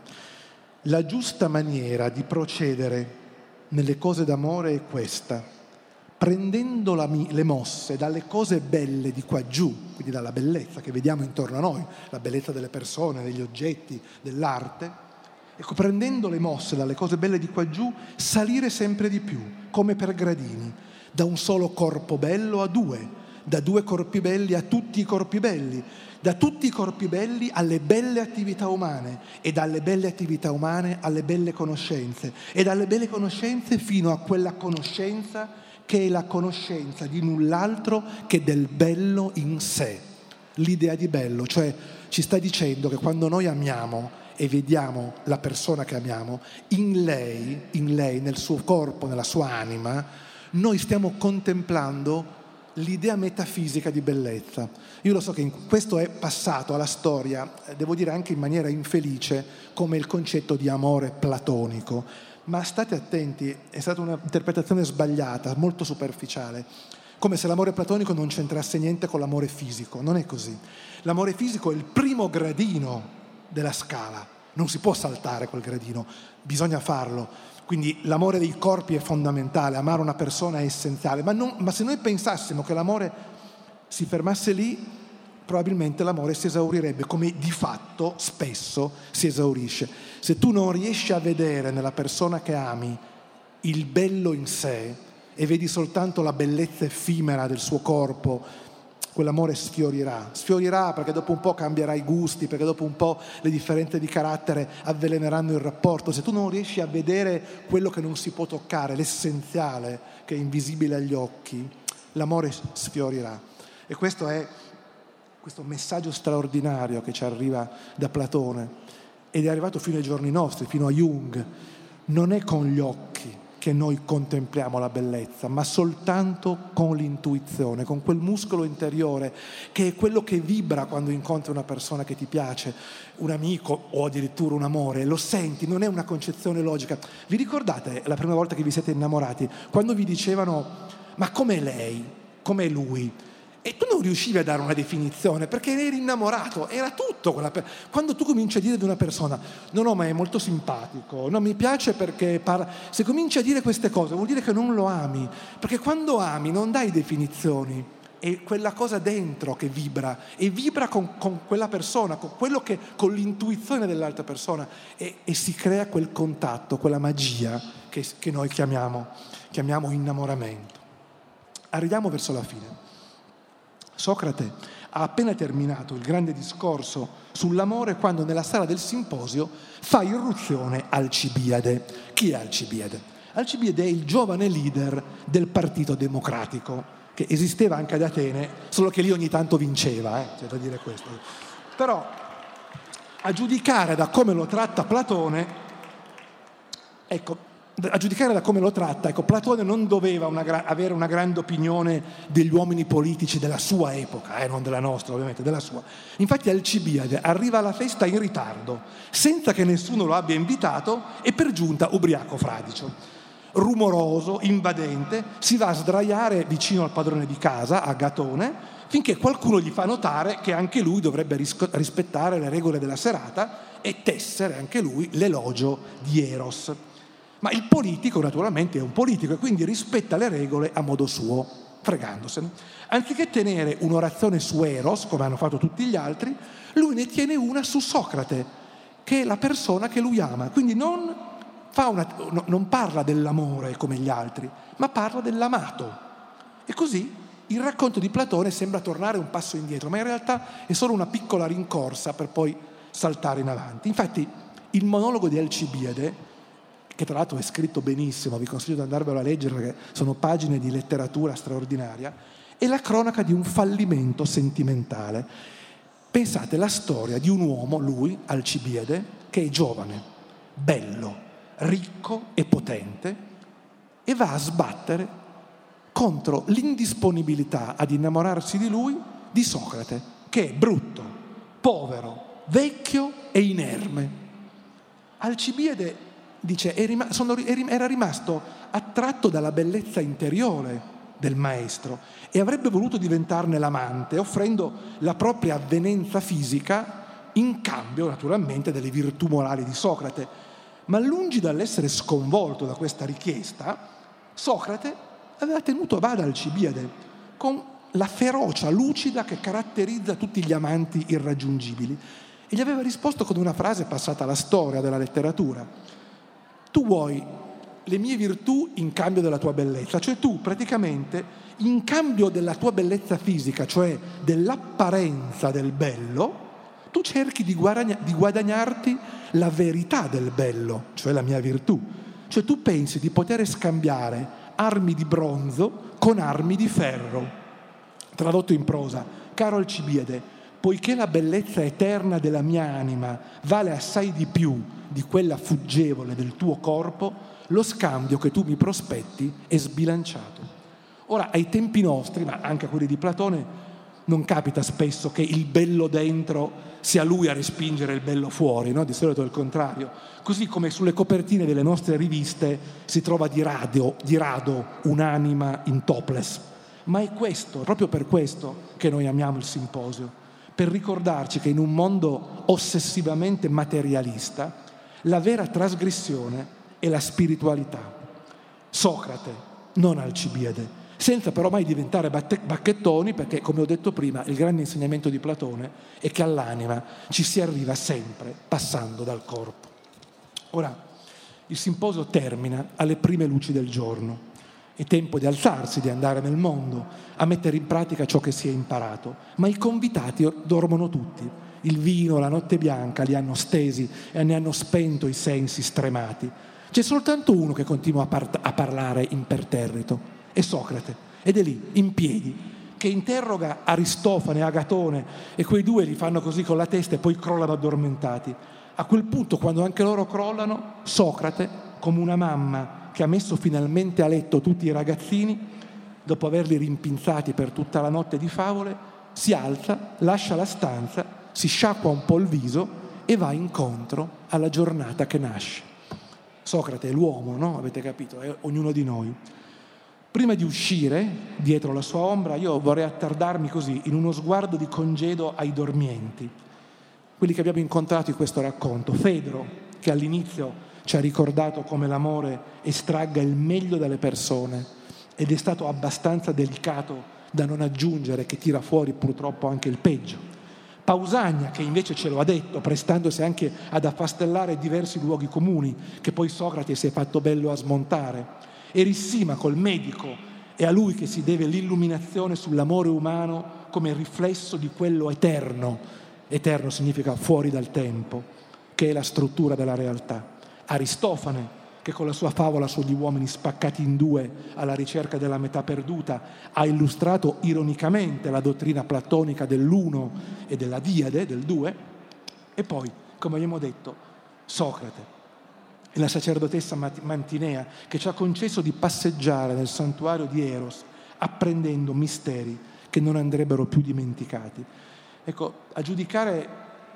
La giusta maniera di procedere nelle cose d'amore è questa: prendendo la, le mosse dalle cose belle di qua giù, quindi dalla bellezza che vediamo intorno a noi, la bellezza delle persone, degli oggetti, dell'arte, ecco, prendendo le mosse dalle cose belle di qua giù, salire sempre di più, come per gradini, da un solo corpo bello a due, da due corpi belli a tutti i corpi belli, da tutti i corpi belli alle belle attività umane, e dalle belle attività umane alle belle conoscenze, e dalle belle conoscenze fino a quella conoscenza che è la conoscenza di null'altro che del bello in sé. L'idea di bello, cioè ci sta dicendo che quando noi amiamo e vediamo la persona che amiamo, in lei, in lei, nel suo corpo, nella sua anima, noi stiamo contemplando l'idea metafisica di bellezza. Io lo so che questo è passato alla storia, devo dire anche in maniera infelice, come il concetto di amore platonico, ma state attenti, è stata un'interpretazione sbagliata, molto superficiale, come se l'amore platonico non c'entrasse niente con l'amore fisico. Non è così. L'amore fisico è il primo gradino della scala, non si può saltare quel gradino, bisogna farlo. Quindi l'amore dei corpi è fondamentale, amare una persona è essenziale, ma, non, ma se noi pensassimo che l'amore si fermasse lì, probabilmente l'amore si esaurirebbe, come di fatto spesso si esaurisce. Se tu non riesci a vedere nella persona che ami il bello in sé e vedi soltanto la bellezza effimera del suo corpo, quell'amore sfiorirà, sfiorirà perché dopo un po' cambierà i gusti, perché dopo un po' le differenze di carattere avveleneranno il rapporto. Se tu non riesci a vedere quello che non si può toccare, l'essenziale che è invisibile agli occhi, l'amore sfiorirà. E questo è questo messaggio straordinario che ci arriva da Platone ed è arrivato fino ai giorni nostri, fino a Jung. non è con gli occhi che noi contempliamo la bellezza, ma soltanto con l'intuizione, con quel muscolo interiore che è quello che vibra quando incontri una persona che ti piace, un amico o addirittura un amore, lo senti, non è una concezione logica. Vi ricordate la prima volta che vi siete innamorati, quando vi dicevano ma com'è lei, com'è lui? E tu non riuscivi a dare una definizione perché eri innamorato, era tutto quella per... Quando tu cominci a dire di una persona no no ma è molto simpatico, no mi piace perché parla, se cominci a dire queste cose vuol dire che non lo ami, perché quando ami non dai definizioni, è quella cosa dentro che vibra e vibra con, con quella persona, con quello che, con l'intuizione dell'altra persona e, e si crea quel contatto, quella magia che, che noi chiamiamo, chiamiamo innamoramento. Arriviamo verso la fine. Socrate ha appena terminato il grande discorso sull'amore quando nella sala del simposio fa irruzione Alcibiade. Chi è Alcibiade? Alcibiade è il giovane leader del Partito Democratico, che esisteva anche ad Atene, solo che lì ogni tanto vinceva, eh? C'è da dire questo. Però, a giudicare da come lo tratta Platone, ecco, a giudicare da come lo tratta, ecco, Platone non doveva una gra- avere una grande opinione degli uomini politici della sua epoca, eh, non della nostra ovviamente, della sua. Infatti Alcibiade arriva alla festa in ritardo, senza che nessuno lo abbia invitato e per giunta ubriaco fradicio. Rumoroso, invadente, si va a sdraiare vicino al padrone di casa, a Gatone, finché qualcuno gli fa notare che anche lui dovrebbe ris- rispettare le regole della serata e tessere anche lui l'elogio di Eros. Ma il politico naturalmente è un politico e quindi rispetta le regole a modo suo, fregandosene. Anziché tenere un'orazione su Eros, come hanno fatto tutti gli altri, lui ne tiene una su Socrate, che è la persona che lui ama. Quindi non, fa una, no, non parla dell'amore come gli altri, ma parla dell'amato. E così il racconto di Platone sembra tornare un passo indietro, ma in realtà è solo una piccola rincorsa per poi saltare in avanti. Infatti il monologo di Alcibiade, che tra l'altro è scritto benissimo, vi consiglio di andarvelo a leggere perché sono pagine di letteratura straordinaria, è la cronaca di un fallimento sentimentale. Pensate, la storia di un uomo, lui, Alcibiade, che è giovane, bello, ricco e potente e va a sbattere contro l'indisponibilità ad innamorarsi di lui di Socrate, che è brutto, povero, vecchio e inerme. Alcibiade dice, era rimasto attratto dalla bellezza interiore del maestro e avrebbe voluto diventarne l'amante, offrendo la propria avvenenza fisica in cambio, naturalmente, delle virtù morali di Socrate. Ma lungi dall'essere sconvolto da questa richiesta, Socrate aveva tenuto a bada Alcibiade con la ferocia lucida che caratterizza tutti gli amanti irraggiungibili e gli aveva risposto con una frase passata alla storia della letteratura: tu vuoi le mie virtù in cambio della tua bellezza, cioè tu praticamente in cambio della tua bellezza fisica, cioè dell'apparenza del bello, tu cerchi di, guadagna- di guadagnarti la verità del bello, cioè la mia virtù. Cioè tu pensi di poter scambiare armi di bronzo con armi di ferro. Tradotto in prosa, caro Alcibiade, poiché la bellezza eterna della mia anima vale assai di più di quella fuggevole del tuo corpo, lo scambio che tu mi prospetti è sbilanciato. Ora, ai tempi nostri, ma anche a quelli di Platone, non capita spesso che il bello dentro sia lui a respingere il bello fuori, no? Di solito è il contrario. Così come sulle copertine delle nostre riviste si trova di, radio, di rado un'anima in topless. Ma è questo, proprio per questo, che noi amiamo il simposio, per ricordarci che in un mondo ossessivamente materialista la vera trasgressione è la spiritualità. Socrate, non Alcibiade, senza però mai diventare batte- bacchettoni, perché, come ho detto prima, il grande insegnamento di Platone è che all'anima ci si arriva sempre passando dal corpo. Ora, il simposio termina alle prime luci del giorno. È tempo di alzarsi, di andare nel mondo, a mettere in pratica ciò che si è imparato, ma i convitati dormono tutti. Il vino, la notte bianca li hanno stesi e ne hanno spento i sensi stremati. C'è soltanto uno che continua a, par- a parlare imperterrito, è Socrate, ed è lì, in piedi, che interroga Aristofane e Agatone e quei due li fanno così con la testa e poi crollano addormentati. A quel punto, quando anche loro crollano, Socrate come una mamma che ha messo finalmente a letto tutti i ragazzini, dopo averli rimpinzati per tutta la notte di favole, si alza, lascia la stanza, si sciacqua un po' il viso e va incontro alla giornata che nasce. Socrate è l'uomo, no? Avete capito? È ognuno di noi. Prima di uscire dietro la sua ombra, io vorrei attardarmi così in uno sguardo di congedo ai dormienti, quelli che abbiamo incontrato in questo racconto. Fedro, che all'inizio ci ha ricordato come l'amore estragga il meglio dalle persone ed è stato abbastanza delicato da non aggiungere che tira fuori purtroppo anche il peggio. Pausania, che invece ce lo ha detto, prestandosi anche ad affastellare diversi luoghi comuni che poi Socrate si è fatto bello a smontare. Erissimacol, il medico, è a lui che si deve l'illuminazione sull'amore umano come riflesso di quello eterno. Eterno significa fuori dal tempo, che è la struttura della realtà. Aristofane, che con la sua favola sugli uomini spaccati in due alla ricerca della metà perduta ha illustrato ironicamente la dottrina platonica dell'uno e della diade, del due. E poi, come abbiamo detto, Socrate, la sacerdotessa Mantinea, che ci ha concesso di passeggiare nel santuario di Eros apprendendo misteri che non andrebbero più dimenticati. Ecco, a giudicare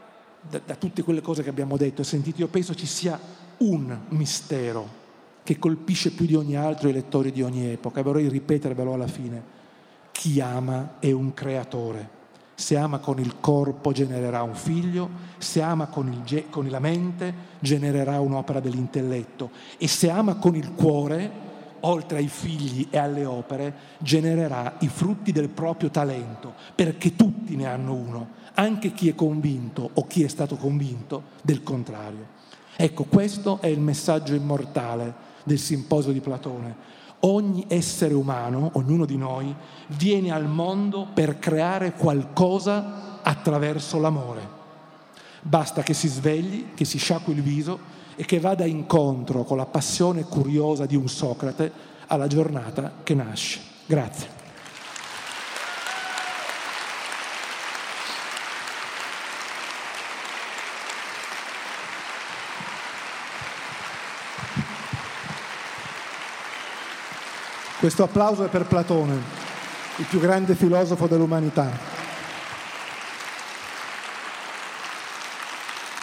da, da tutte quelle cose che abbiamo detto e sentito, io penso ci sia un mistero che colpisce più di ogni altro i lettori di ogni epoca, e vorrei ripetervelo alla fine: chi ama è un creatore. Se ama con il corpo genererà un figlio, se ama con, il ge- con la mente genererà un'opera dell'intelletto, e se ama con il cuore, oltre ai figli e alle opere, genererà i frutti del proprio talento, perché tutti ne hanno uno, anche chi è convinto o chi è stato convinto del contrario. Ecco, questo è il messaggio immortale del simposio di Platone. Ogni essere umano, ognuno di noi, viene al mondo per creare qualcosa attraverso l'amore. Basta che si svegli, che si sciacqui il viso e che vada incontro con la passione curiosa di un Socrate alla giornata che nasce. Grazie. Questo applauso è per Platone, il più grande filosofo dell'umanità.